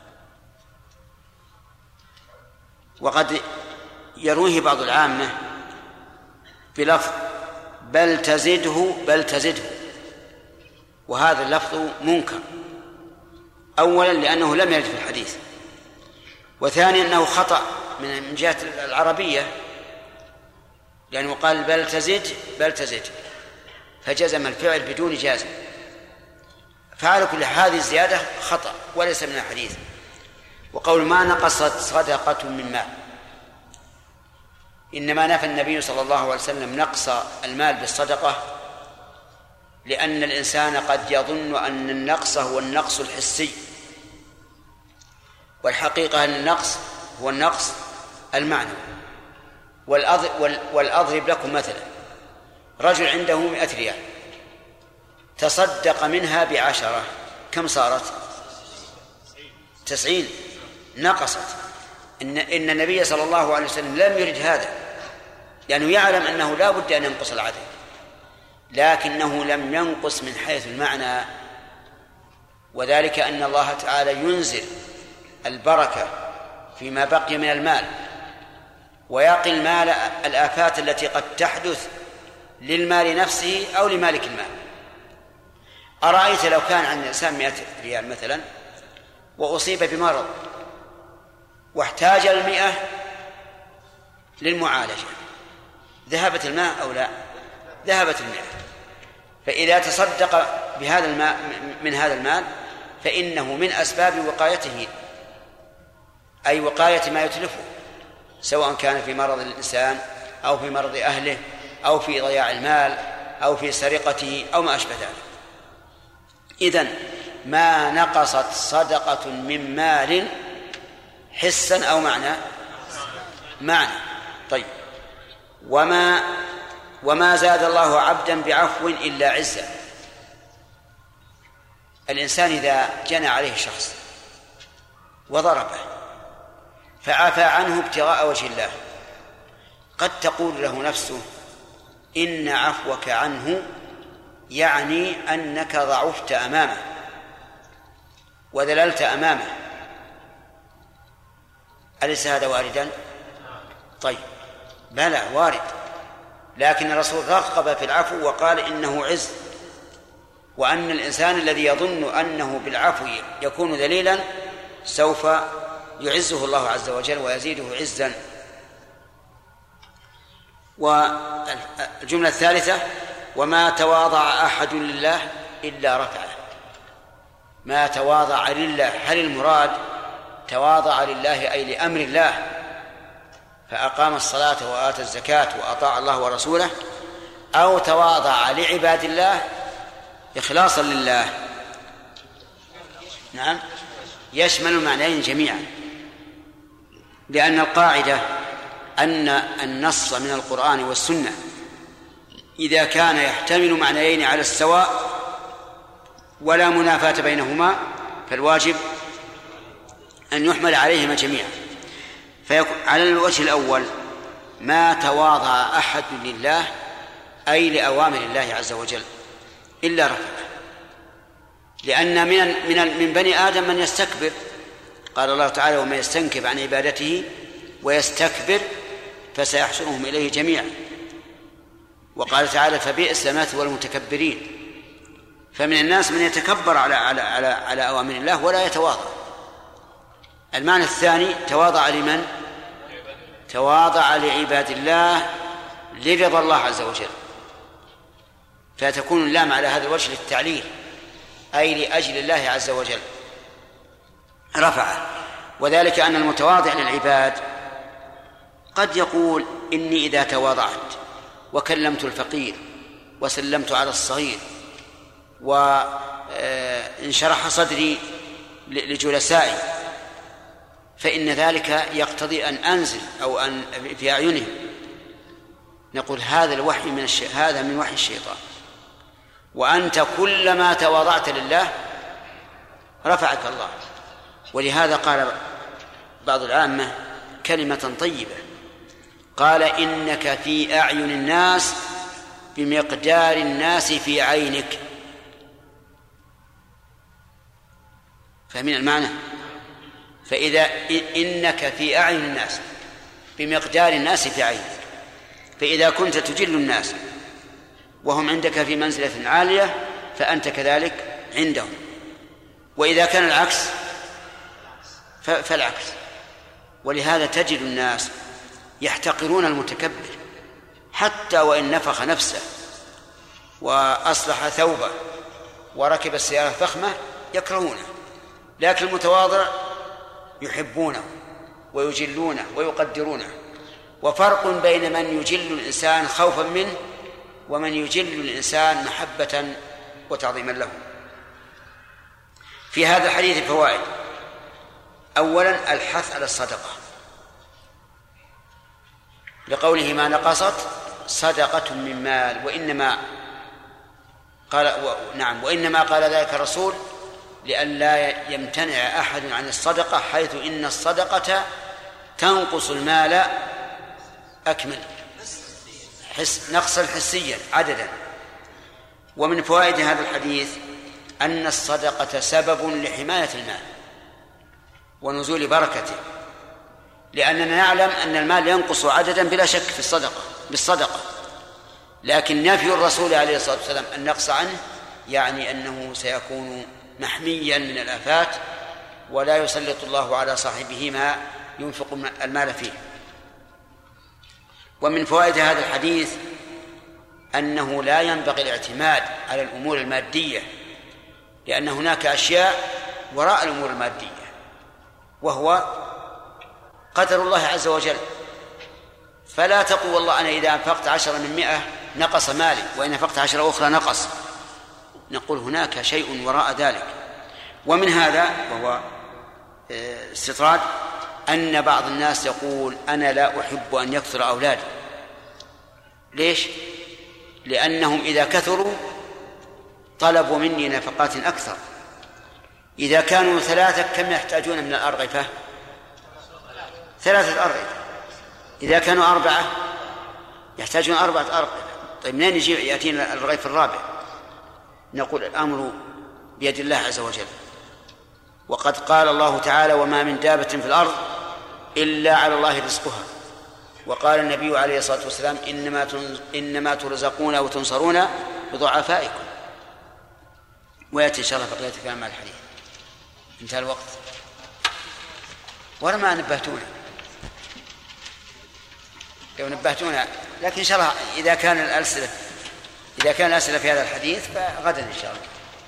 وقد يرويه بعض العامة بلفظ بل تزده بل تزده، وهذا اللفظ منكر، أولا لأنه لم يرد في الحديث، وثانيا أنه خطأ من جهة العربية، لأنه قال بل تزد بل تزد فجزم الفعل بدون جازم. فعلى كل هذه الزيادة خطأ وليس من الحديث. وقول ما نقصت صدقة من مال، إنما نفى النبي صلى الله عليه وسلم نقص المال بالصدقة، لأن الإنسان قد يظن أن النقص هو النقص الحسي، والحقيقة أن النقص هو النقص المعنوي. والأضرب لكم مثلا، رجل عنده مئة ريال تصدق منها بعشرة، كم صارت؟ تسعين، نقصت. إن, إن النبي صلى الله عليه وسلم لم يرد هذا، لأنه يعلم أنه لا بد أن ينقص العدد، لكنه لم ينقص من حيث المعنى، وذلك أن الله تعالى ينزل البركة فيما بقي من المال، ويقي المال الآفات التي قد تحدث للمال نفسه أو لمالك المال. أرأيت لو كان عند الإنسان مئة ريال مثلا وأصيب بمرض واحتاج المئة للمعالجة، ذهبت الماء أو لا؟ ذهبت المئة. فإذا تصدق بهذا الماء من هذا المال فإنه من أسباب وقايته، أي وقاية ما يتلفه، سواء كان في مرض الإنسان أو في مرض أهله أو في ضياع المال أو في سرقته أو ما أشبه ذلك. إذن ما نقصت صدقة من مال حسا أو معنى معنى طيب. وما وما زاد الله عبدا بعفو إلا عزا. الإنسان إذا جنى عليه شخص وضربه فعفى عنه ابتغاء وجه الله، قد تقول له نفسه إن عفوك عنه يعني أنك ضعفت أمامه وذللت أمامه. أليس هذا واردا؟ طيب بلى وارد، لكن الرسول رغب في العفو وقال إنه عز، وأن الإنسان الذي يظن أنه بالعفو يكون ذليلا سوف يعزه الله عز وجل ويزيده عزا. والجملة الثالثة وما تواضع أحد لله إلا رفعه. ما تواضع لله، هل المراد تواضع لله أي لأمر الله فأقام الصلاة وآتى الزكاة وأطاع الله ورسوله، أو تواضع لعباد الله إخلاصا لله؟ نعم، يشمل المعنيين جميعا، لأن القاعدة أن النص من القرآن والسنة إذا كان يحتمل معنيين على السواء ولا منافاة بينهما فالواجب أن يحمل عليهما جميعا. فعلى الوجه الأول ما تواضع أحد لله أي لأوامر الله عز وجل إلا رفعه، لأن من من من بني آدم من يستكبر، قال الله تعالى وما يستنكف عن عبادته ويستكبر فسيحشرهم إليه جميعا. وقال تعالى فبئس مثوى المتكبرين. فمن الناس من يتكبر على على على, على أوامر الله ولا يتواضع. المعنى الثاني تواضع لمن؟ تواضع لعباد الله لرضا الله عز وجل، فتكون اللام على هذا الوجه للتعليل، أي لأجل الله عز وجل رفعه. وذلك أن المتواضع للعباد قد يقول إني إذا تواضعت وكلمت الفقير وسلمت على الصغير وانشرح صدري لجلسائي فإن ذلك يقتضي أن أنزل أو أن في أعينهم. نقول هذا الوحي من الشيء، هذا من وحي الشيطان، وأنت كلما تواضعت لله رفعك الله. ولهذا قال بعض العامة كلمة طيبة، قال إنك في أعين الناس بمقدار الناس في عينك. فمن المعنى فإذا إنك في أعين الناس بمقدار الناس في عينك، فإذا كنت تجل الناس وهم عندك في منزلة عالية فأنت كذلك عندهم، وإذا كان العكس فالعكس. ولهذا تجد الناس يحتقرون المتكبر حتى وإن نفخ نفسه وأصلح ثوبه وركب السيارة فخمة يكرهونه، لكن المتواضع يحبونه ويجلونه ويقدرونه. وفرق بين من يجل الإنسان خوفا منه ومن يجل الإنسان محبة وتعظيما له. في هذا الحديث فوائد: أولا الحث على الصدقة لقوله ما نقصت صدقة من مال، وإنما قال و... نعم وإنما قال ذلك الرسول لئلا يمتنع أحد عن الصدقة، حيث إن الصدقة تنقص المال أكمل حس... نقصا حسيا عددا. ومن فوائد هذا الحديث أن الصدقة سبب لحماية المال ونزول بركته، لأننا نعلم أن المال ينقص عددا بلا شك في الصدقة بالصدقة، لكن نفي الرسول عليه الصلاة والسلام النقص عنه يعني أنه سيكون محميا من الآفات ولا يسلط الله على صاحبه ما ينفق المال فيه. ومن فوائد هذا الحديث أنه لا ينبغي الاعتماد على الأمور المادية، لأن هناك أشياء وراء الأمور المادية وهو قدر الله عز وجل. فلا تقول والله أنا إذا أنفقت عشرة من مئة نقص مالي وإن أنفقت عشرة أخرى نقص. نقول هناك شيء وراء ذلك. ومن هذا وهو استطراد أن بعض الناس يقول أنا لا أحب أن يكثر أولادي. ليش؟ لأنهم إذا كثروا طلبوا مني نفقات أكثر. إذا كانوا ثلاثة كم يحتاجون من الأرغفة؟ ثلاثة أرغفة. إذا كانوا أربعة يحتاجون أربعة أرغفة. طيب منين يجي يأتينا الرغيف الرابع؟ نقول الأمر بيد الله عز وجل، وقد قال الله تعالى وما من دابة في الأرض إلا على الله رزقها. وقال النبي عليه الصلاة والسلام إنما إنما ترزقون وتنصرون بضعفائكم. ويأتي إن شاء الله بقية كلام الحديث. انتهى الوقت ولا ما نبهتونا؟ لو نبهتونا، لكن إن شاء الله إذا كان الأسئلة إذا كان الأسئلة في هذا الحديث فغدا إن شاء الله.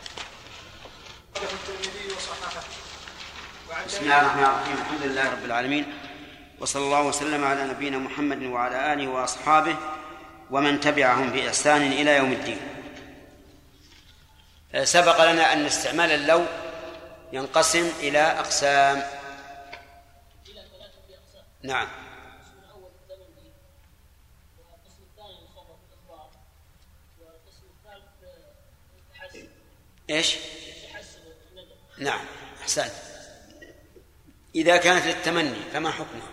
بسم الله الرحمن الرحيم. الحمد لله رب العالمين، وصلى الله وسلم على نبينا محمد وعلى آله وأصحابه ومن تبعهم بإحسان إلى يوم الدين. سبق لنا أن استعمال اللو ينقسم إلى أقسام. نعم. إيش؟ نعم أحسنت. إذا كانت للتمني فما حكمها؟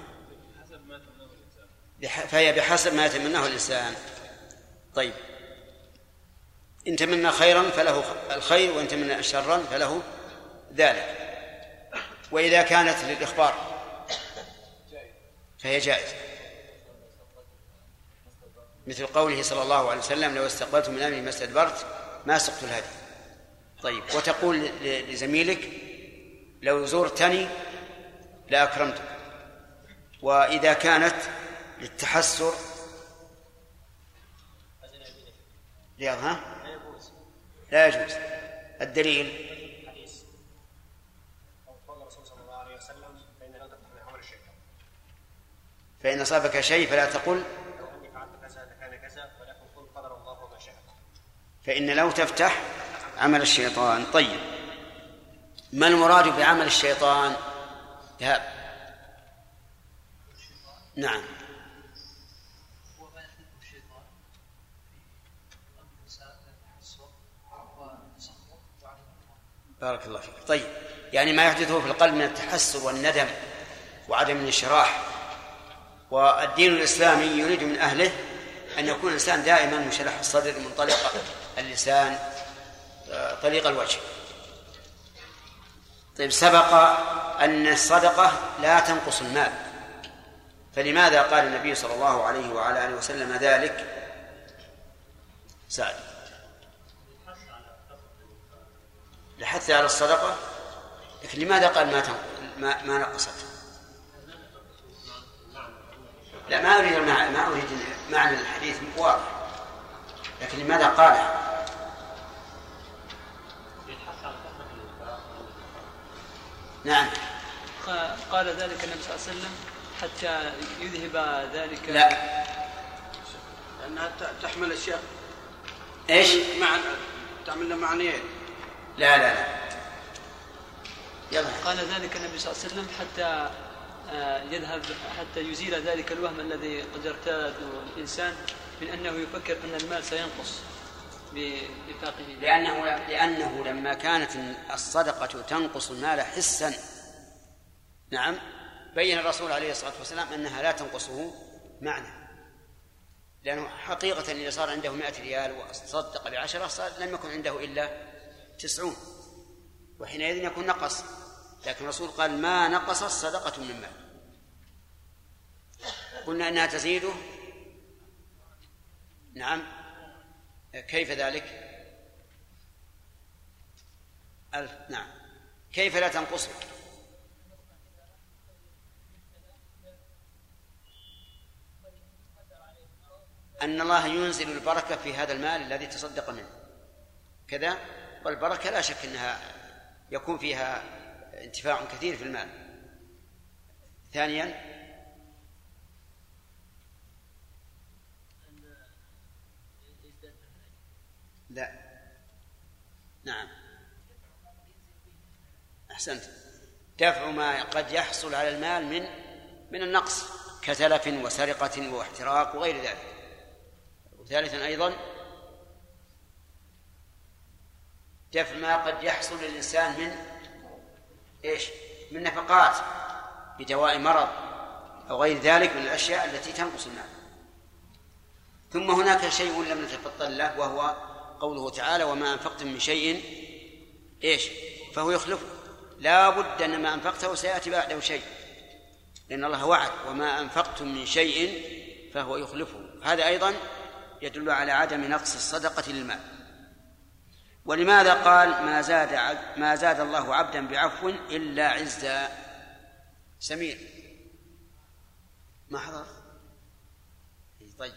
فهي بحسب ما يتمناه الإنسان. طيب إن تمنى خيرا فله الخير، وإن تمنى شرا فله ذلك. وإذا كانت للإخبار فهي جائزة، مثل قوله صلى الله عليه وسلم لو استقبلت من أمري ما استدبرت ما سقت الهدي. طيب وتقول لزميلك لو زرتني لأكرمتك، وإذا كانت للتحسر رياض ها؟ لا يجوز. الدليل فإن أصابك شيء فلا تقل فإن لو تفتح عمل الشيطان. طيب، ما المراد بعمل الشيطان؟ ذهب. نعم. بارك الله فيك. طيب، يعني ما يحدثه في القلب من التحسر والندم وعدم الانشراح. والدين الإسلامي يريد من أهله أن يكون الإنسان دائما منشرح الصدر، منطلق اللسان، طليق الوجه. طيب، سبق أن الصدقة لا تنقص المال، فلماذا قال النبي صلى الله عليه وعلى آله وسلم ذلك؟ سعد. لحث على الصدقة، لكن لماذا قال ما ما, ما نقصت؟ لا، ما أريد ما أريد معنى الحديث واضح، لكن لماذا قالها؟ نعم. قال ذلك النبي صلى الله عليه وسلم حتى يذهب ذلك. لا، لأنها تحمل أشياء. إيش؟ معنى تعمل معنيين. لا لا لا. يلا. قال ذلك النبي صلى الله عليه وسلم حتى يذهب، حتى يزيل ذلك الوهم الذي قد ارتاد الإنسان من أنه يفكر أن المال سينقص بإنفاقه. لأنه لأنه لما كانت الصدقة تنقص المال حسا، نعم، بين الرسول عليه الصلاة والسلام أنها لا تنقصه معنى، لأنه حقيقة إذا صار عنده مائة ريال وصدق بعشرة صار لم يكن عنده إلا تسعون، وحينئذ يكون نقص. لكن الرسول قال ما نقص الصدقة من مال. قلنا أنها تزيده. نعم. كيف ذلك؟ ألف. نعم. كيف لا تنقصه؟ أن الله ينزل البركة في هذا المال الذي تصدق منه كذا، والبركة لا شك أنها يكون فيها انتفاع كثير في المال. ثانيا، لا. نعم، أحسنت. دفع ما قد يحصل على المال من من النقص كتلف وسرقة واحتراق وغير ذلك. وثالثا أيضا دفع ما قد يحصل للإنسان من إيش؟ من نفقات بدواء مرض أو غير ذلك من الأشياء التي تنقص المال. ثم هناك شيء لم نتفضل له، وهو قوله تعالى وما أنفقتم من شيء إيش فهو يخلفه. لا بد أن ما أنفقته سيأتي بعده شيء، لأن الله وعد وما أنفقتم من شيء فهو يخلفه. هذا أيضا يدل على عدم نقص الصدقة للمال. ولماذا قال ما زاد ما زاد الله عبدا بعفو إلا عزا؟ سمير ما حضر؟ طيب،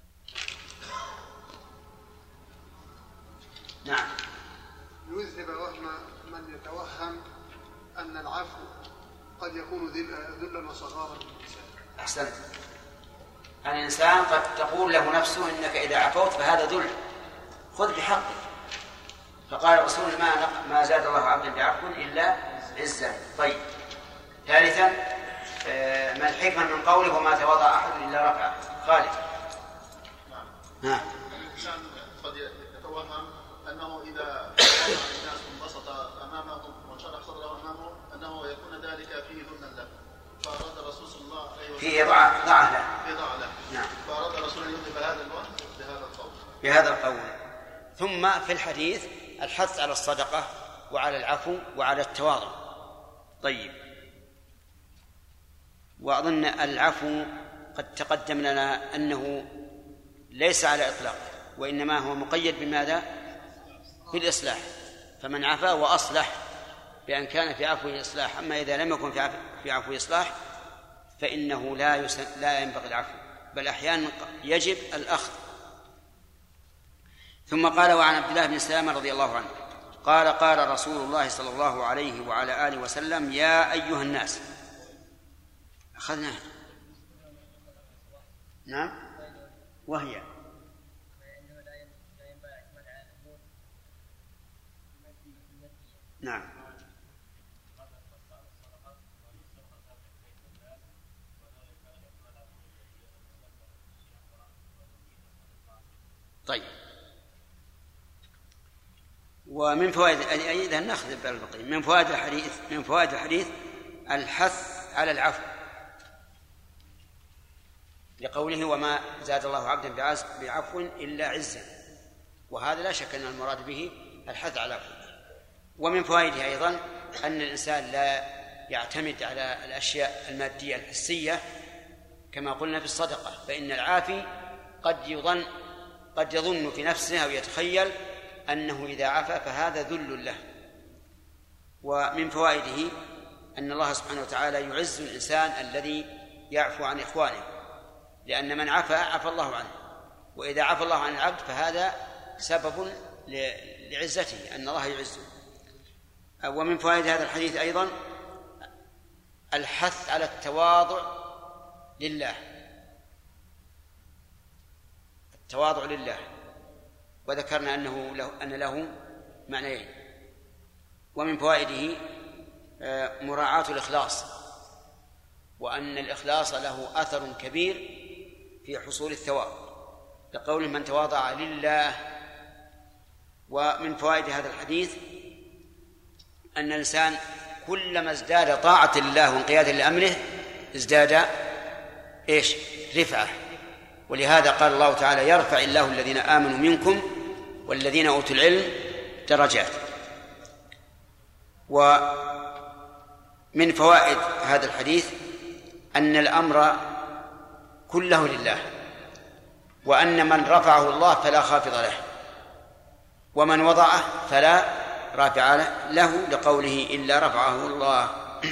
نعم. يذهب وهم من يتوهم أن العفو قد يكون ذلا وصغارا للإنسان. أحسنت. الإنسان قد تقول له نفسه إنك إذا عفوت فهذا ذل، خذ بحقك. فقال الرسول ما ما زاد الله عبدا بعفو إلا عزا. طيب، ثالثا ما الحكمة من قوله وما تواضع أحد إلا رفعه؟ خالد. نعم. الإنسان قد يتوهم أنه إذا الناس انبسط أمامهم وانشرح صدره أمامه أنه يكون ذلك فيه ذلا له، فأراد الرسول صلى الله عليه وسلم فيه ضعف ضعف له. فيه ضعف له. نعم. فأراد الرسول أن يذهب هذا الوهم بهذا القول. بهذا القول. ثم في الحديث الحث على الصدقة وعلى العفو وعلى التواضع. طيب، وأظن العفو قد تقدم لنا أنه ليس على إطلاق، وإنما هو مقيد بماذا؟ في الإصلاح. فمن عفا وأصلح بأن كان في عفو إصلاح. أما إذا لم يكن في عفو إصلاح فإنه لا يس... لا ينبغي العفو، بل أحيانا يجب الأخذ. ثم قال: وعن عبد الله بن سلام رضي الله عنه قال: قال رسول الله صلى الله عليه وعلى آله وسلم: يا أيها الناس. أخذناه. نعم. وهي نعم. طيب. ومن فوائد أيضا نأخذ بالبقية من فوائد الحديث من فوائد الحديث الحث على العفو، لقوله: وما زاد الله عبدا بعفو إلا عزا، وهذا لا شك أن المراد به الحث على العفو. ومن فوائده أيضا أن الإنسان لا يعتمد على الأشياء المادية الحسية كما قلنا في الصدقة، فإن العافي قد يظن قد يظن في نفسه أو يتخيل أنه إذا عفا فهذا ذل له. ومن فوائده أن الله سبحانه وتعالى يعز الإنسان الذي يعفو عن إخوانه، لأن من عفا عفى الله عنه، وإذا عفى الله عن العبد فهذا سبب لعزته أن الله يعزه. ومن فوائد هذا الحديث أيضا الحث على التواضع لله، التواضع لله، وذكرنا أنه له أن له معنيين. ومن فوائده مراعاة الإخلاص، وأن الإخلاص له أثر كبير في حصول الثواب، لقول: من تواضع لله. ومن فوائد هذا الحديث أن الإنسان كلما ازداد طاعة الله وانقيادا لأمره ازداد إيش؟ رفعة. ولهذا قال الله تعالى: يرفع الله الذين آمنوا منكم والذين أوتوا العلم درجات. ومن فوائد هذا الحديث أن الأمر كله لله، وأن من رفعه الله فلا خافض له، ومن وضعه فلا رافع له، لقوله: إلا رفعه الله.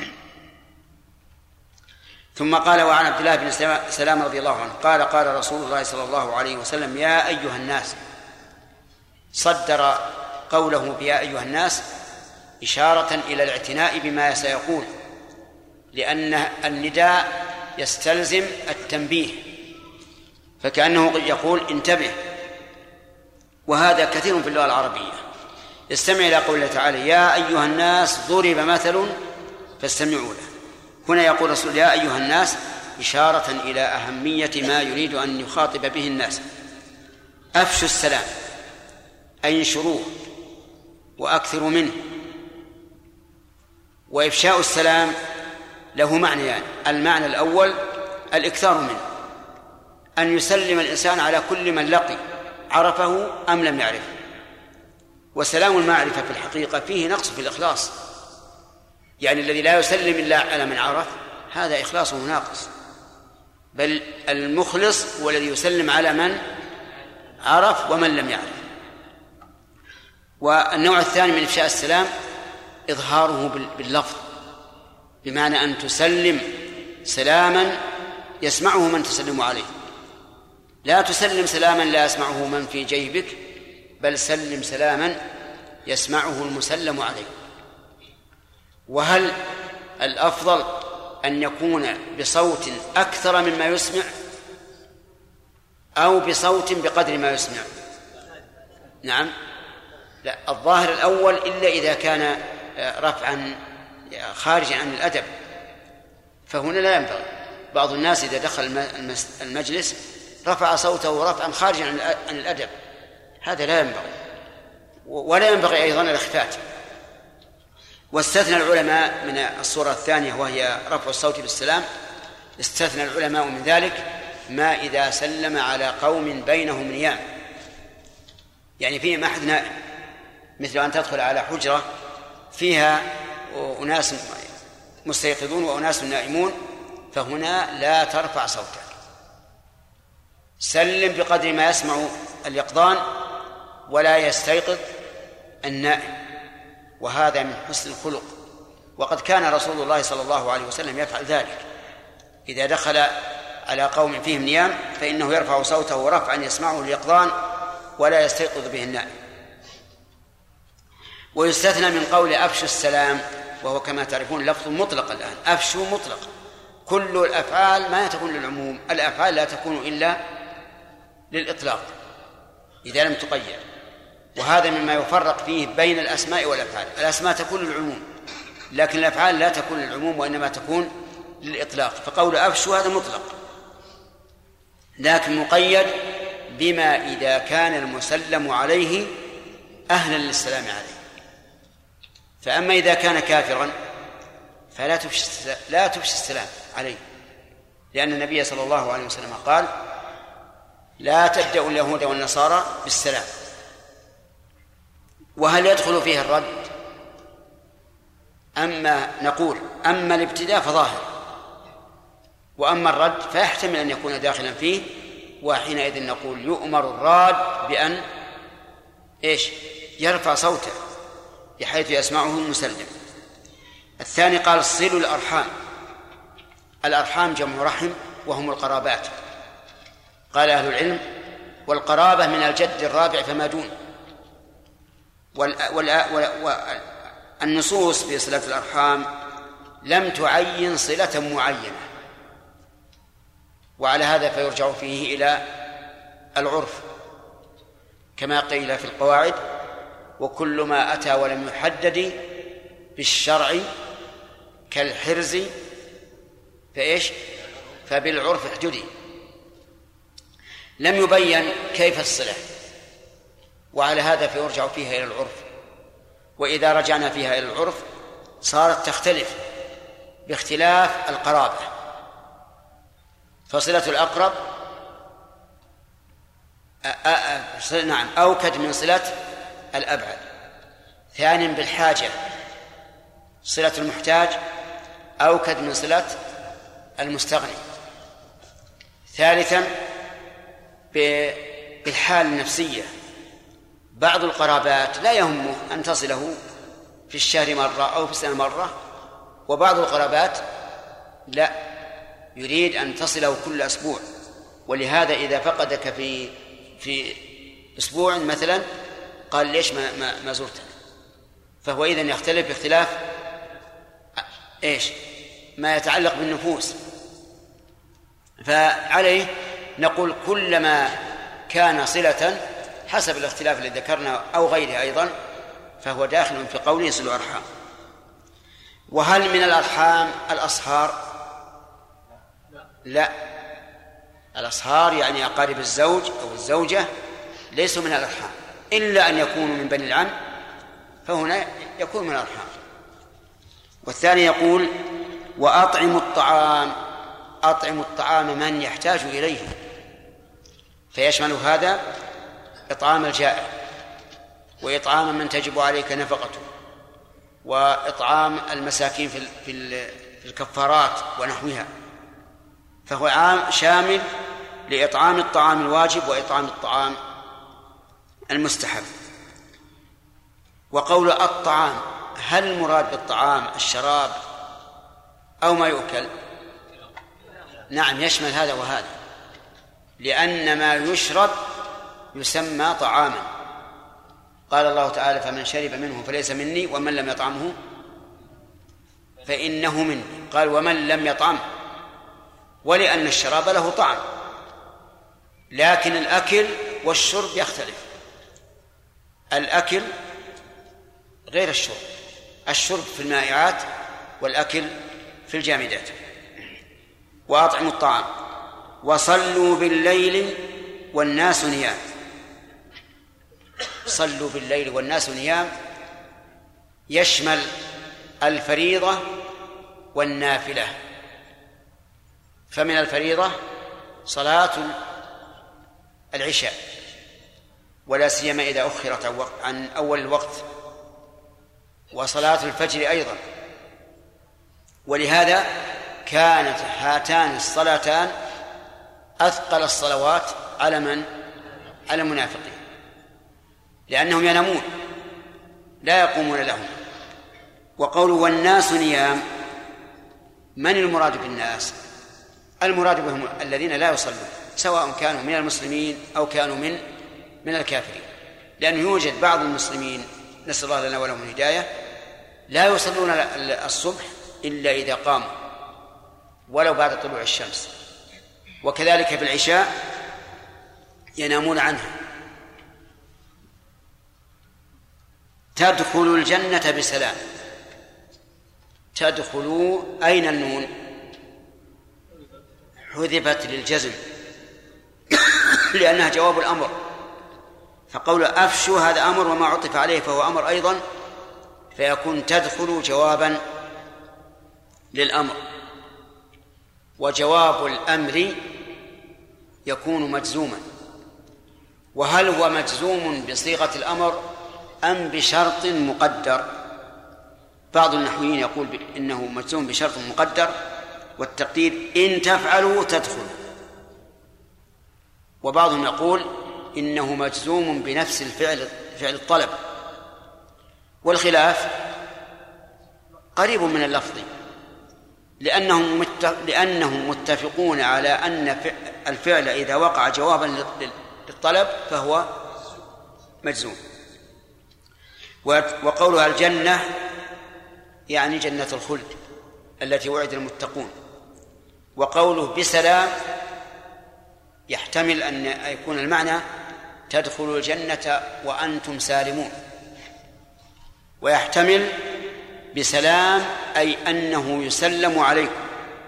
ثم قال: وعن عبد الله بن سلام رضي الله عنه قال: قال رسول الله صلى الله عليه وسلم: يا أيها الناس. صدر قوله بيا أيها الناس إشارة إلى الاعتناء بما سيقول، لأن النداء يستلزم التنبيه، فكأنه يقول: انتبه. وهذا كثير في اللغة العربية. استمع إلى قوله تعالى: يا أيها الناس ضرب مثل فاستمعوا له. هنا يقول رسول: يا أيها الناس، إشارة إلى أهمية ما يريد أن يخاطب به الناس. أفشوا السلام، أي انشروه وأكثروا منه. وإفشاء السلام له معنيان: يعني المعنى الأول الإكثار منه، أن يسلم الإنسان على كل من لقي، عرفه أم لم يعرفه. وسلام المعرفة في الحقيقة فيه نقص في الإخلاص، يعني الذي لا يسلم إلا على من عرف هذا إخلاصه ناقص، بل المخلص هو الذي يسلم على من عرف ومن لم يعرف. والنوع الثاني من إفشاء السلام إظهاره باللفظ، بمعنى أن تسلم سلاما يسمعه من تسلم عليه، لا تسلم سلاما لا يسمعه من في جيبك، بل سلم سلاما يسمعه المسلم عليه. وهل الأفضل أن يكون بصوت أكثر مما يسمع أو بصوت بقدر ما يسمع؟ نعم، لا، الظاهر الأول إلا إذا كان رفعا خارجا عن الأدب، فهنا لا ينبغي. بعض الناس إذا دخل المجلس رفع صوته رفعا خارجا عن الأدب، هذا لا ينبغي. ولا ينبغي أيضا الإخفات. واستثنى العلماء من الصورة الثانية وهي رفع الصوت بالسلام، استثنى العلماء من ذلك ما إذا سلم على قوم بينهم نيام، يعني فيهم أحد نائم، مثل أن تدخل على حجرة فيها أناس مستيقظون وأناس نائمون، فهنا لا ترفع صوتك، سلم بقدر ما يسمع اليقظان ولا يستيقظ النائم، وهذا من حسن الخلق. وقد كان رسول الله صلى الله عليه وسلم يفعل ذلك، إذا دخل على قوم فيهم نيام فإنه يرفع صوته رفعا يسمعه اليقظان ولا يستيقظ به النائم. ويستثنى من قول أفشوا السلام، وهو كما تعرفون لفظ مطلق الآن، أفشوا مطلق، كل الأفعال ما تكون للعموم، الأفعال لا تكون إلا للإطلاق إذا لم تقيد، وهذا مما يفرق فيه بين الأسماء والأفعال. الأسماء تكون للعموم لكن الأفعال لا تكون للعموم وإنما تكون للإطلاق، فقول أفشوا هذا مطلق لكن مقيد بما إذا كان المسلم عليه أهلا للسلام عليه. فأما إذا كان كافرا فلا تفشي لا تفشي السلام عليه، لأن النبي صلى الله عليه وسلم قال لا تبدأوا اليهود والنصارى بالسلام. وهل يدخل فيه الرد؟ أما نقول أما الابتداء فظاهر، وأما الرد فيحتمل أن يكون داخلا فيه، وحينئذ نقول يؤمر الراد بأن إيش يرفع صوته بحيث يسمعه المسلم. الثاني قال صلوا الأرحام. الأرحام جمع رحم وهم القرابات. قال أهل العلم والقرابة من الجد الرابع فما دون، والنصوص في صلة الأرحام لم تعين صلة معينة، وعلى هذا فيرجع فيه إلى العرف كما قيل في القواعد وكل ما أتى ولم يحدد بالشرع كالحرز فإيش فبالعرف احددي. لم يبين كيف الصلة، وعلى هذا فيرجع فيها إلى العرف، وإذا رجعنا فيها إلى العرف صارت تختلف باختلاف القرابة. فصلة الأقرب أ... أ... نعم أوكد من صلة الأبعد. ثانيا بالحاجة صلة المحتاج أوكد من صلة المستغني. ثالثا بالحال النفسية، بعض القرابات لا يهمه أن تصله في الشهر مرة أو في السنة مرة، وبعض القرابات لا يريد أن تصله كل أسبوع، ولهذا إذا فقدك في في أسبوع مثلا قال ليش ما ما, ما زرتني، فهو إذن يختلف باختلاف إيش ما يتعلق بالنفوس. فعليه نقول كلما كان صلة حسب الاختلاف الذي ذكرنا أو غيره أيضا فهو داخل في قوله صلوا أرحام. وهل من الأرحام الأصهار؟ لا، الأصهار يعني أقارب الزوج أو الزوجة ليسوا من الأرحام إلا أن يكونوا من بني العم، فهنا يكون من الأرحام. والثاني يقول وأطعموا الطعام. أطعموا الطعام من يحتاج إليه، فيشمل هذا إطعام الجائع، وإطعام من تجب عليك نفقته، وإطعام المساكين في في الكفارات ونحوها، فهو عام شامل لإطعام الطعام الواجب وإطعام الطعام المستحب. وقول الطعام هل المراد بالطعام الشراب أو ما يؤكل؟ نعم يشمل هذا وهذا، لأن ما يشرب يسمى طعاما. قال الله تعالى فمن شرب منه فليس مني ومن لم يطعمه فإنه مني. قال ومن لم يطعمه، ولأن الشراب له طعم، لكن الأكل والشرب يختلف. الأكل غير الشرب، الشرب في المائعات والأكل في الجامدات. وأطعموا الطعام وصلوا بالليل والناس نيام. صلوا بالليل والناس نيام يشمل الفريضة والنافلة. فمن الفريضة صلاة العشاء، ولا سيما إذا أخرت عن أول الوقت، وصلاة الفجر أيضا. ولهذا كانت هاتان الصلاتان أثقل الصلوات على من؟ على المنافقين، لأنهم ينامون لا يقومون لهم. وقولوا والناس نيام، من المراد بالناس؟ المراد بهم الذين لا يصلون، سواء كانوا من المسلمين أو كانوا من من الكافرين، لأنه يوجد بعض المسلمين نسأل الله لنا ولهم الهداية لا يصلون الصبح إلا إذا قاموا ولو بعد طلوع الشمس، وكذلك في العشاء ينامون عنها. تدخلوا الجنة بسلام. تدخلوا أين النون؟ حذفت للجزم لأنها جواب الأمر، فقول أفشوا هذا أمر وما عطف عليه فهو أمر أيضا، فيكون تدخلوا جوابا للأمر، وجواب الأمر يكون مجزوما. وهل هو مجزوم بصيغة الأمر أم بشرط مقدر؟ بعض النحويين يقول إنه مجزوم بشرط مقدر، والتقدير إن تفعلوا تدخلوا، وبعضهم يقول إنه مجزوم بنفس الفعل فعل الطلب، والخلاف قريب من اللفظ، لأنهم لأنهم متفقون على أن الفعل إذا وقع جوابا للطلب فهو مجزوم. وقولها الجنة يعني جنة الخلد التي وعد المتقون، وقوله بسلام يحتمل أن يكون المعنى تدخلوا الجنة وأنتم سالمون، ويحتمل بسلام أي أنه يسلم عليكم،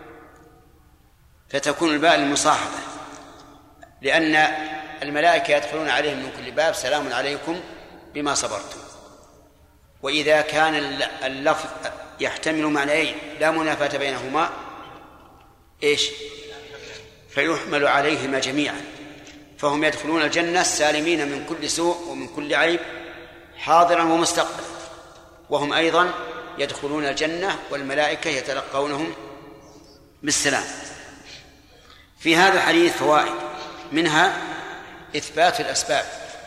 فتكون الباء المصاحبة، لأن الملائكة يدخلون عليهم من كل باب سلام عليكم بما صبرتم. وإذا كان اللفظ يحتمل معنيين لا منافاة بينهما إيش؟ فيحمل عليهما جميعا، فهم يدخلون الجنة سالمين من كل سوء ومن كل عيب حاضرا ومستقبلا، وهم أيضا يدخلون الجنة والملائكة يتلقونهم بالسلام. في هذا الحديث فوائد، منها إثبات الأسباب،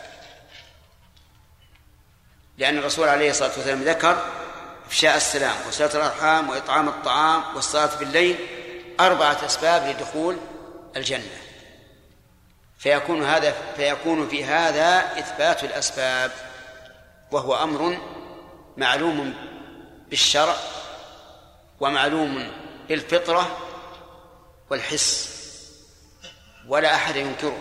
لأن الرسول عليه الصلاة والسلام ذكر إفشاء السلام وصلة الأرحام وإطعام الطعام والصلاة بالليل، أربعة أسباب لدخول الجنة، فيكون هذا فيكون في هذا إثبات الأسباب، وهو أمر معلوم بالشرع ومعلوم بالفطرة والحس، ولا أحد ينكره.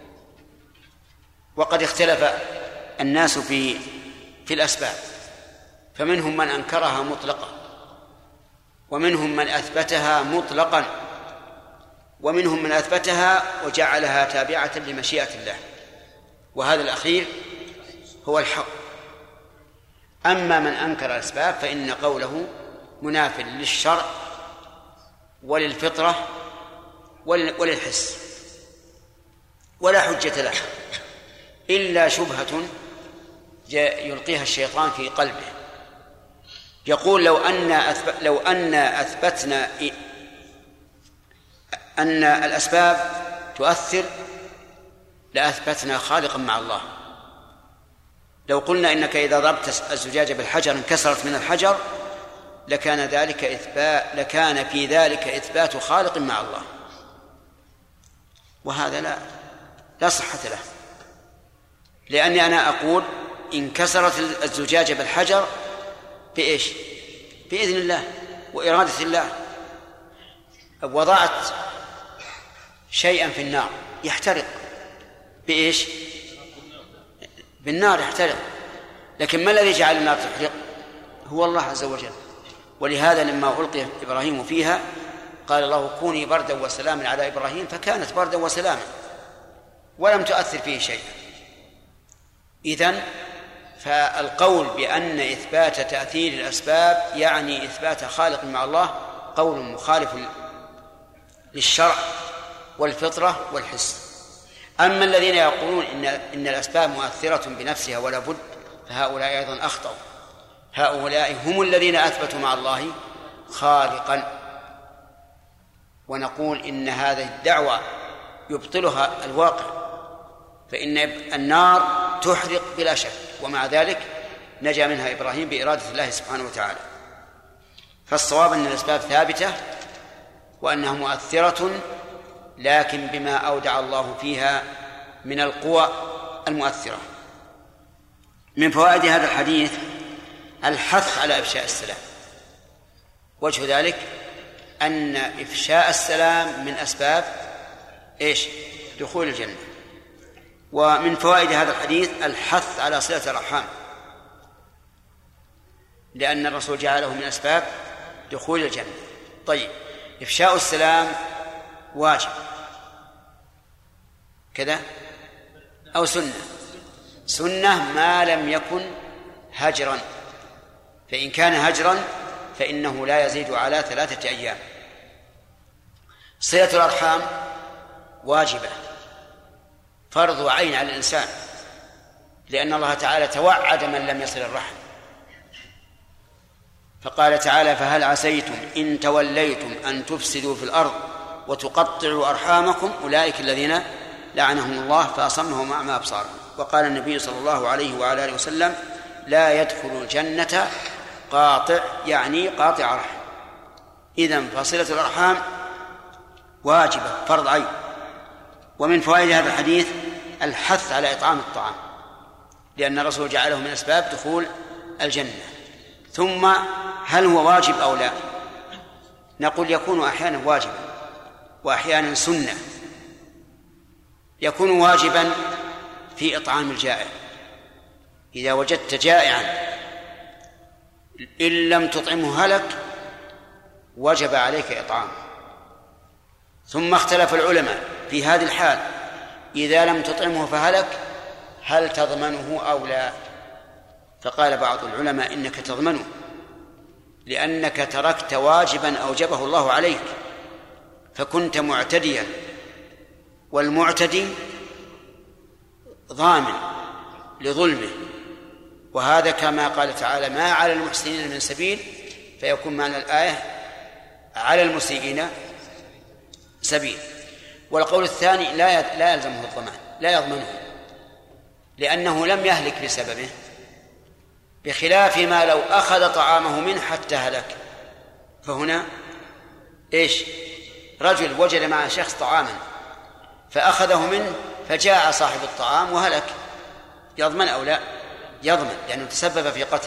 وقد اختلف الناس في في الأسباب، فمنهم من أنكرها مطلقا، ومنهم من أثبتها مطلقا، ومنهم من أثبتها وجعلها تابعة لمشيئة الله، وهذا الأخير هو الحق. أما من أنكر الأسباب فإن قوله مناف للشرع وللفطرة وللحس، ولا حجة له إلا شبهة يلقيها الشيطان في قلبه، يقول لو أن أثبت لو أن أثبتنا أن الأسباب تؤثر لأثبتنا خالقا مع الله. لو قلنا إنك إذا ضربت الزجاجة بالحجر انكسرت من الحجر لكان ذلك إثبات لكان في ذلك إثبات خالق مع الله، وهذا لا لا صحة له، لأني أنا أقول انكسرت الزجاجة بالحجر بإيش؟ بإذن الله وإرادة الله. وضعت شيئا في النار يحترق بإيش؟ بالنار يحترق، لكن ما الذي جعل النار تحرق؟ هو الله عز وجل. ولهذا لما ألقي إبراهيم فيها قال الله كوني بردا وسلاما على إبراهيم، فكانت بردا وسلاما ولم تؤثر فيه شيء. إذن فالقول بأن إثبات تأثير الأسباب يعني إثبات خالق مع الله قول مخالف للشرع والفطرة والحس. أما الذين يقولون إن, إن الأسباب مؤثرة بنفسها ولا بد فهؤلاء أيضا أخطأوا. هؤلاء هم الذين أثبتوا مع الله خالقا، ونقول إن هذه الدعوة يبطلها الواقع، فإن النار تحرق بلا شك، ومع ذلك نجا منها إبراهيم بإرادة الله سبحانه وتعالى. فالصواب أن الأسباب ثابتة وأنها مؤثرة، لكن بما أودع الله فيها من القوى المؤثرة. من فوائد هذا الحديث الحث على إفشاء السلام. وجه ذلك أن إفشاء السلام من أسباب إيش؟ دخول الجنة. ومن فوائد هذا الحديث الحث على صلة الأرحام، لأن الرسول جعله من أسباب دخول الجنة. طيب، إفشاء السلام واجب كذا أو سنة؟ سنة ما لم يكن هجرا، فإن كان هجرا فإنه لا يزيد على ثلاثة أيام. صلة الأرحام واجبة، فرض عين على الإنسان، لأن الله تعالى توعد من لم يصل الرحم، فقال تعالى: فهل عسيتم إن توليتم أن تفسدوا في الأرض وتقطعوا أرحامكم أولئك الذين لعنهم الله فأصمهم وأعمى أبصارهم. وقال النبي صلى الله عليه وعلى آله وسلم: لا يدخل الجنة قاطع، يعني قاطع رحم. إذن فصلة الأرحام واجبة، فرض عين. ومن فوائد هذا الحديث الحث على إطعام الطعام، لأن الرسول جعله من أسباب دخول الجنة. ثم هل هو واجب أو لا؟ نقول يكون أحيانا واجبا وأحيانا سنة. يكون واجبا في إطعام الجائع، إذا وجدت جائعا إن لم تطعمه هلك، وجب عليك إطعامه. ثم اختلف العلماء في هذه الحال، إذا لم تطعمه فهلك هل تضمنه أو لا؟ فقال بعض العلماء إنك تضمنه، لأنك تركت واجبا أوجبه الله عليك، فكنت معتديا، والمعتدي ضامن لظلمه. وهذا كما قال تعالى: ما على المحسنين من سبيل، فيكون معنى الآية على المسيئين سبيل. والقول الثاني لا لا يلزمه الضمان، لا يضمنه، لأنه لم يهلك بسببه، بخلاف ما لو أخذ طعامه منه حتى هلك. فهنا إيش؟ رجل وجد مع شخص طعاما فأخذه منه فجاء صاحب الطعام وهلك، يضمن أو لا؟ يضمن، لأنه تسبب في قتله.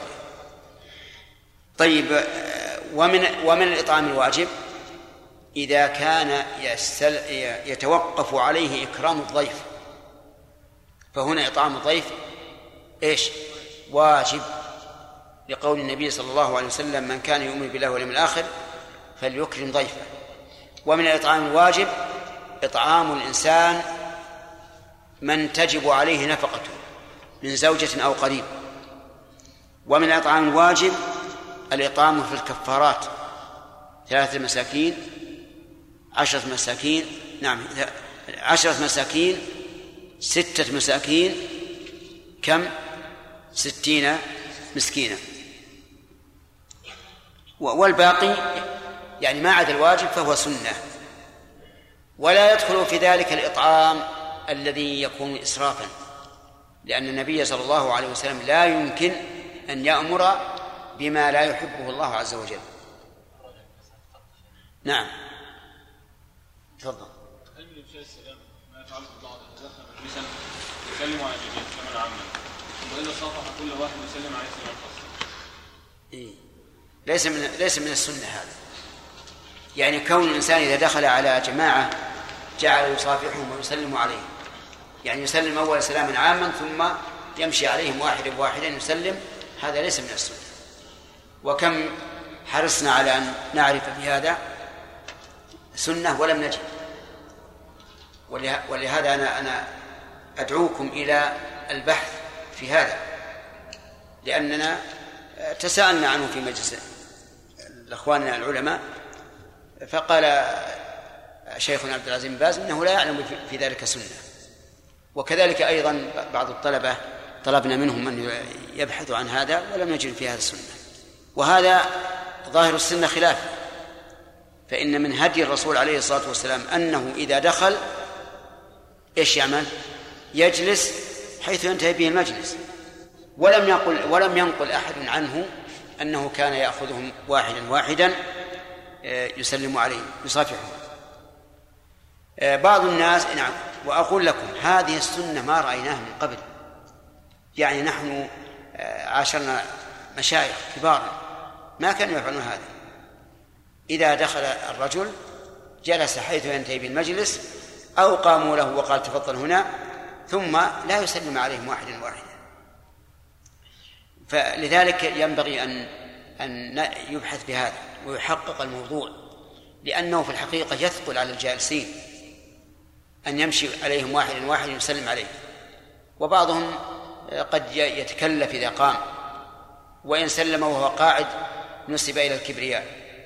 طيب، ومن ومن الإطعام الواجب إذا كان يتوقف عليه إكرام الضيف، فهنا إطعام الضيف إيش؟ واجب، لقول النبي صلى الله عليه وسلم: من كان يؤمن بالله واليوم الآخر فليكرم ضيفه. ومن الإطعام الواجب إطعام الإنسان من تجب عليه نفقته من زوجة أو قريب. ومن الإطعام الواجب الإطعام في الكفارات: ثلاثة مساكين، عشرة مساكين، نعم عشرة مساكين، ستة مساكين، كم؟ ستين مسكينا. والباقي يعني ما عدا الواجب فهو سنة. ولا يدخل في ذلك الإطعام الذي يكون إسرافا، لأن النبي صلى الله عليه وسلم لا يمكن أن يأمر بما لا يحبه الله عز وجل. نعم، تفضل. هل من إفشاء السلام ما يفعله بعض الأخوة مجلسا يسلم على الجميع كما عامة، وإلا صافح كل واحد يسلم عليه سلام خاص؟ إيه؟ ليس من ليس من السنة هذا. يعني كون الإنسان إذا دخل على جماعة جعل يصافحهم ويسلم عليهم، يعني يسلم أول سلاما عاما ثم يمشي عليهم واحد بواحد يسلم، هذا ليس من السنة. وكم حرصنا على أن نعرف بهذا سنة ولم نجد. ولهذا أنا أنا أدعوكم إلى البحث في هذا، لأننا تساءلنا عنه في مجلس الأخوان العلماء، فقال شيخنا عبد العزيز بن باز إنه لا يعلم في ذلك سنة. وكذلك أيضا بعض الطلبة طلبنا منهم أن يبحثوا عن هذا ولم نجد في هذا السنة. وهذا ظاهر السنة خلافه، فإن من هدي الرسول عليه الصلاة والسلام أنه إذا دخل إيش يعمل؟ يجلس حيث ينتهي به المجلس، ولم يقل ولم ينقل أحد عنه أنه كان يأخذهم واحدا واحدا يسلم عليه يصافحه. بعض الناس نعم، وأقول لكم هذه السنة ما رأيناها من قبل، يعني نحن عاشرنا مشايخ كبار ما كانوا يفعلون هذا. إذا دخل الرجل جلس حيث ينتهي بالمجلس أو قاموا له وقال تفضل هنا، ثم لا يسلم عليهم واحدا واحدا. فلذلك ينبغي أن أن يبحث بهذا ويحقق الموضوع، لأنه في الحقيقة يثقل على الجالسين أن يمشي عليهم واحد واحد يسلم عليه، وبعضهم قد يتكلف إذا قام، وإن سلم وهو قاعد نسب إلى الكبرياء.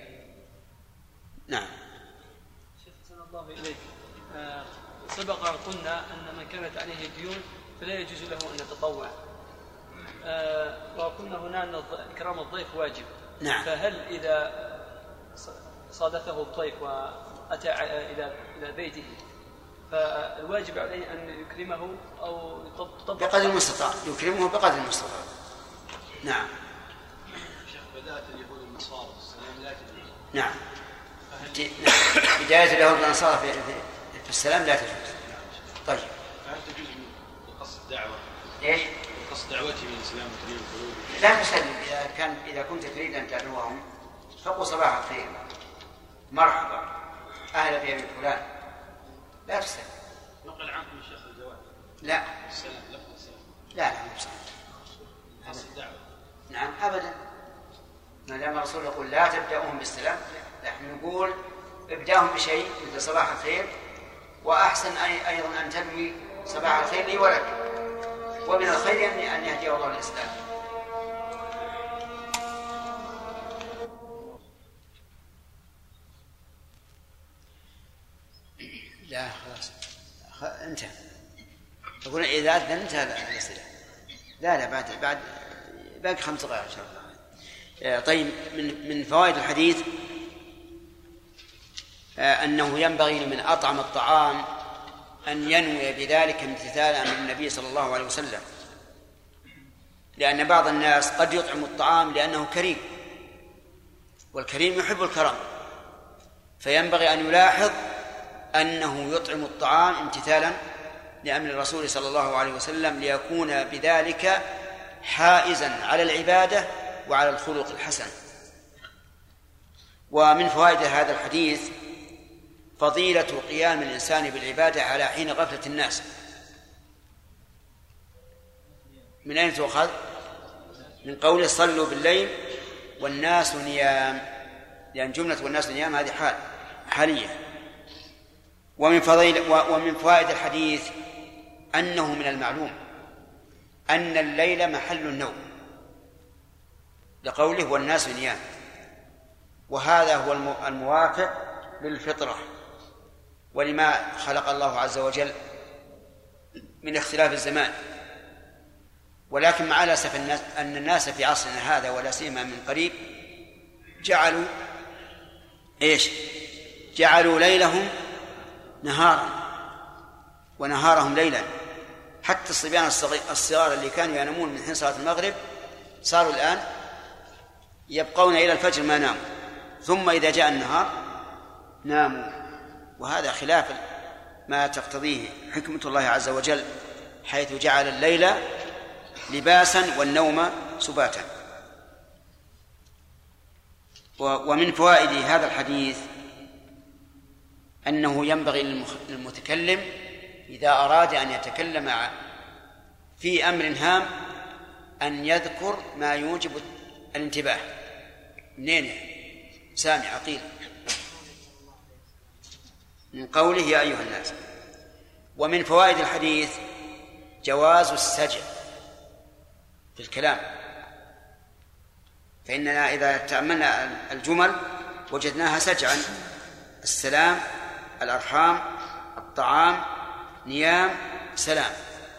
نعم. شيخ حسن الله إليك، آه سبق قلنا أن من كانت عليه ديون فلا يجوز له أن يتطوع، آه وقلنا هنا أن إكرام الضيف واجب. نعم. فهل إذا صادفه الضيف وأتى إلى إلى بيته فالواجب عليه أن يكرمه أو يطبق بقدر المستطاع، يكرمه بقدر المستطاع. نعم. شيخ بداية اليهود والنصارى السلام لا تجوز. نعم. بداية اليهود والنصارى في, في السلام لا تجوز. طيب. هل تجوز بقصد الدعوة؟ إيش؟ بقصد دعوتي من الإسلام وتريد الخروج؟ لا تسلم. إذا كان إذا كنت تريد أن تدعوهم فقل صباح الخير، مرحبا، أهلا بأبي فلان، لا تسلم. نقل عنكم الشيخ الجواد. لا. السلام لفظ السلام. لا لا مو بسلام. قصد الدعوة. نعم أبدا. ما دام الرسول يقول لا تبدأوهم بالسلام، نحن نقول ابدأهم بشيء مثل صباح الخير، وأحسن أيضا أن تنوي صباح الخير لي ولك، ومن الخير أن يهدي الله الإسلام. لا خلاص انتهى. أقول إذا أذن انتهى الأسئلة. لا لا بعد بعد باقي خمس دقائق إن شاء الله. طيب، من من فوائد الحديث أنه ينبغي لمن أطعم الطعام أن ينوي بذلك امتثال أمر النبي صلى الله عليه وسلم، لأن بعض الناس قد يطعم الطعام لأنه كريم، والكريم يحب الكرم، فينبغي أن يلاحظ أنه يطعم الطعام امتثالا لأمر الرسول صلى الله عليه وسلم، ليكون بذلك حائزا على العبادة وعلى الخلق الحسن. ومن فوائد هذا الحديث فضيلة قيام الإنسان بالعبادة على حين غفلة الناس. من أين تؤخذ؟ من قوله صلوا بالليل والناس نيام، لأن جملة والناس نيام هذه حال حالية. ومن فضيل ومن فوائد الحديث أنه من المعلوم أن الليل محل النوم، لقوله والناس نيام، وهذا هو الموافق للفطرة ولما خلق الله عز وجل من اختلاف الزمان. ولكن مع الأسف أن الناس في عصرنا هذا ولا سيما من قريب جعلوا إيش؟ جعلوا ليلهم نهارا ونهارهم ليلا. حتى الصبيان الصغار اللي كانوا ينامون من حين صلاة المغرب صاروا الآن يبقون إلى الفجر ما ناموا، ثم إذا جاء النهار ناموا، وهذا خلاف ما تقتضيه حكمة الله عز وجل، حيث جعل الليل لباسا والنوم سباتا. ومن فوائد هذا الحديث أنه ينبغي للمتكلم إذا أراد أن يتكلم في أمر هام أن يذكر ما يوجب الانتباه. منين سامع عقيل؟ من قوله يا أيها الناس. ومن فوائد الحديث جواز السجع في الكلام، فإننا إذا تأملنا الجمل وجدناها سجعا: السلام، الأرحام، الطعام، نيام، سلام.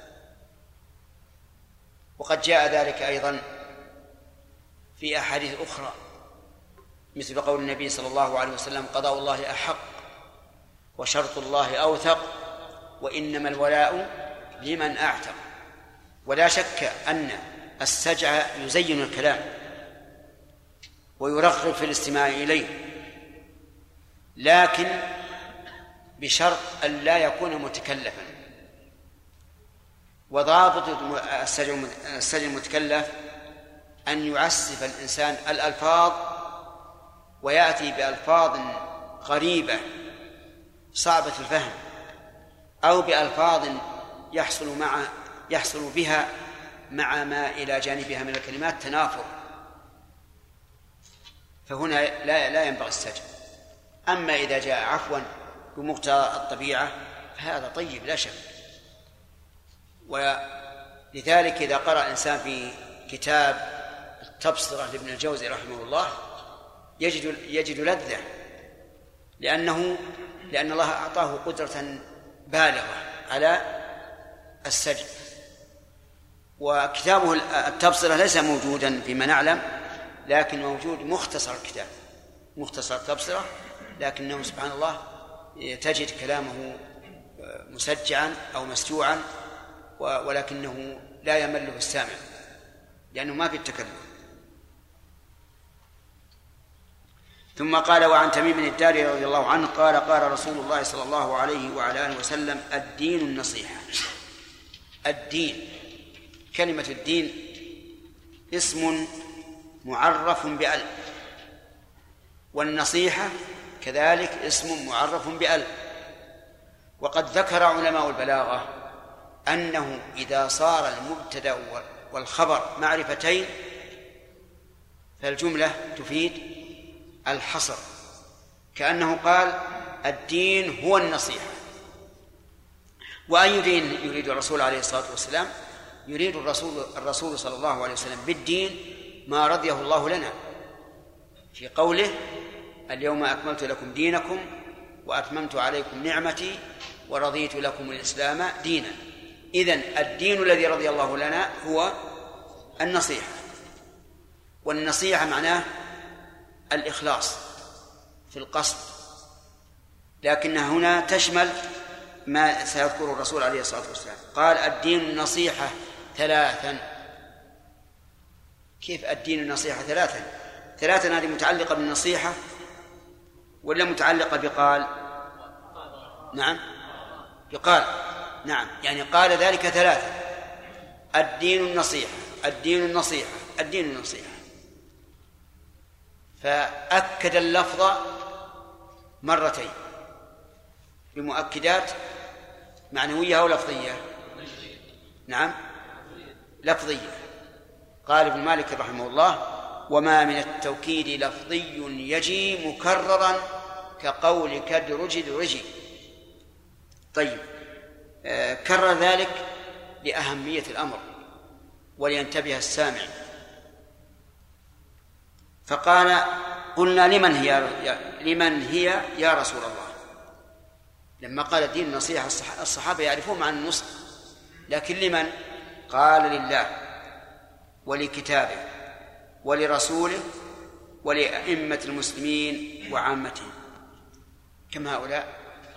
وقد جاء ذلك أيضا في أحاديث أخرى، مثل قول النبي صلى الله عليه وسلم: قضاء الله أحق وشرط الله أوثق وإنما الولاء لمن أعتق. ولا شك أن السجع يزين الكلام ويرغب في الاستماع إليه، لكن بشرط أن لا يكون متكلفا. وضابط السجع المتكلف أن يعسف الإنسان الألفاظ ويأتي بألفاظ غريبة صعبة الفهم، أو بألفاظ يحصل مع يحصل بها مع ما إلى جانبها من الكلمات تنافر، فهنا لا لا ينبغي السجع. أما إذا جاء عفوا بمقتضى الطبيعة فهذا طيب لا شك. ولذلك إذا قرأ الإنسان في كتاب التبصرة لابن الجوزي رحمه الله يجد يجد لذة، لأنه لأن الله أعطاه قدرة بالغة على السجع. وكتابه التبصرة ليس موجودا فيما نعلم، لكن موجود مختصر الكتاب، مختصر التبصرة، لكنه سبحان الله تجد كلامه مسجعا أو مسجوعا، ولكنه لا يمل بالسامع لأنه ما في التكلم. ثم قال: وعن تميم بن الداري رضي الله عنه قال: قال رسول الله صلى الله عليه وعلى آله وسلم: الدين النصيحة. الدين، كلمة الدين اسم معرف بأل، والنصيحة كذلك اسم معرف بأل. وقد ذكر علماء البلاغة أنه إذا صار المبتدأ والخبر معرفتين فالجملة تفيد الحصر، كأنه قال: الدين هو النصيحة. وأي دين يريد الرسول عليه الصلاة والسلام؟ يريد الرسول, الرسول صلى الله عليه وسلم بالدين ما رضيه الله لنا في قوله: اليوم أكملت لكم دينكم وأتممت عليكم نعمتي ورضيت لكم الإسلام دينا. إذن الدين الذي رضي الله لنا هو النصيحة، والنصيحة معناه الإخلاص في القصد، لكنها هنا تشمل ما سيذكره الرسول عليه الصلاة والسلام. قال: الدين النصيحة ثلاثا. كيف الدين النصيحة ثلاثا؟ ثلاثا هذه متعلقة بالنصيحة ولا متعلقة بقال؟ نعم بقال، نعم، يعني قال ذلك ثلاثا: الدين النصيحة، الدين النصيحة، الدين النصيحة. فأكد اللفظ مرتين بمؤكدات معنوية أو لفظية؟ نعم لفظية. قال ابن مالك رحمه الله: وما من التوكيد لفظي يجي مكررا كقول كدرج درجي. طيب، آه كرر ذلك لأهمية الأمر ولينتبه السامع. فقال: قلنا لمن هي لمن هي يا رسول الله؟ لما قال الدين النصيحة الصحابة يعرفون معنى النصح، لكن لمن؟ قال: لله ولكتابه ولرسوله ولأئمة المسلمين وعامتهم. كم هؤلاء؟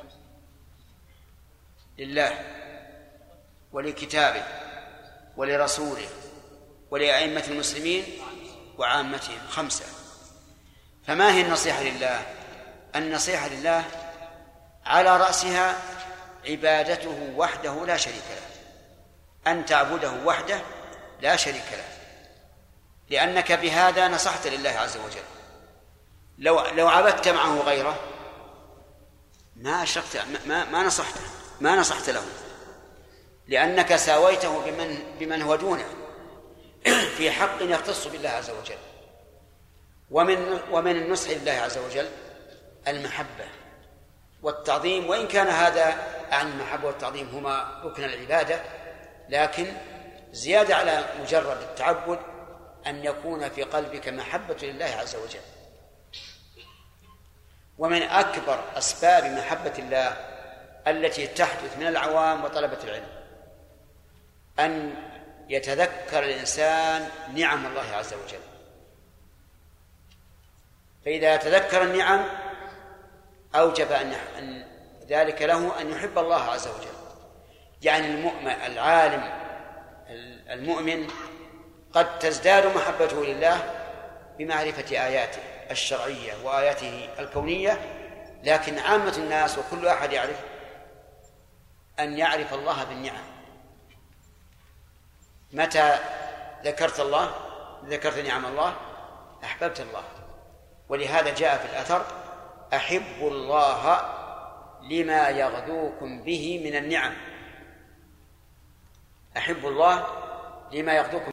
لله ولكتابه ولرسوله ولأئمة المسلمين وعامتهم، خمسة. فما هي النصيحة لله؟ النصيحة لله على رأسها عبادته وحده لا شريك له، أن تعبده وحده لا شريك له، لأنك بهذا نصحت لله عز وجل. لو لو عبدت معه غيره ما أشركت، ما ما نصحته، ما نصحت له، لأنك ساويته بمن بمن هو دونه في حق يختص بالله عز وجل. ومن ومن النصح لله عز وجل المحبة والتعظيم، وإن كان هذا عن المحبة والتعظيم هما ركن العبادة، لكن زيادة على مجرد التعبد أن يكون في قلبك محبة لله عز وجل. ومن أكبر أسباب محبة الله التي تحدث من العوام وطلبة العلم أن يتذكر الإنسان نعم الله عز وجل. فإذا تذكر النعم أوجب أن ذلك له أن يحب الله عز وجل. يعني المؤمن العالم المؤمن قد تزداد محبته لله بمعرفة آياته الشرعية وآياته الكونية، لكن عامة الناس وكل أحد يعرف أن يعرف الله بالنعم. متى ذكرت الله ذكرت نعم الله أحببت الله. ولهذا جاء في الأثر: أحبوا الله لما يغدوكم به من النعم. أحبوا الله لما يغدوكم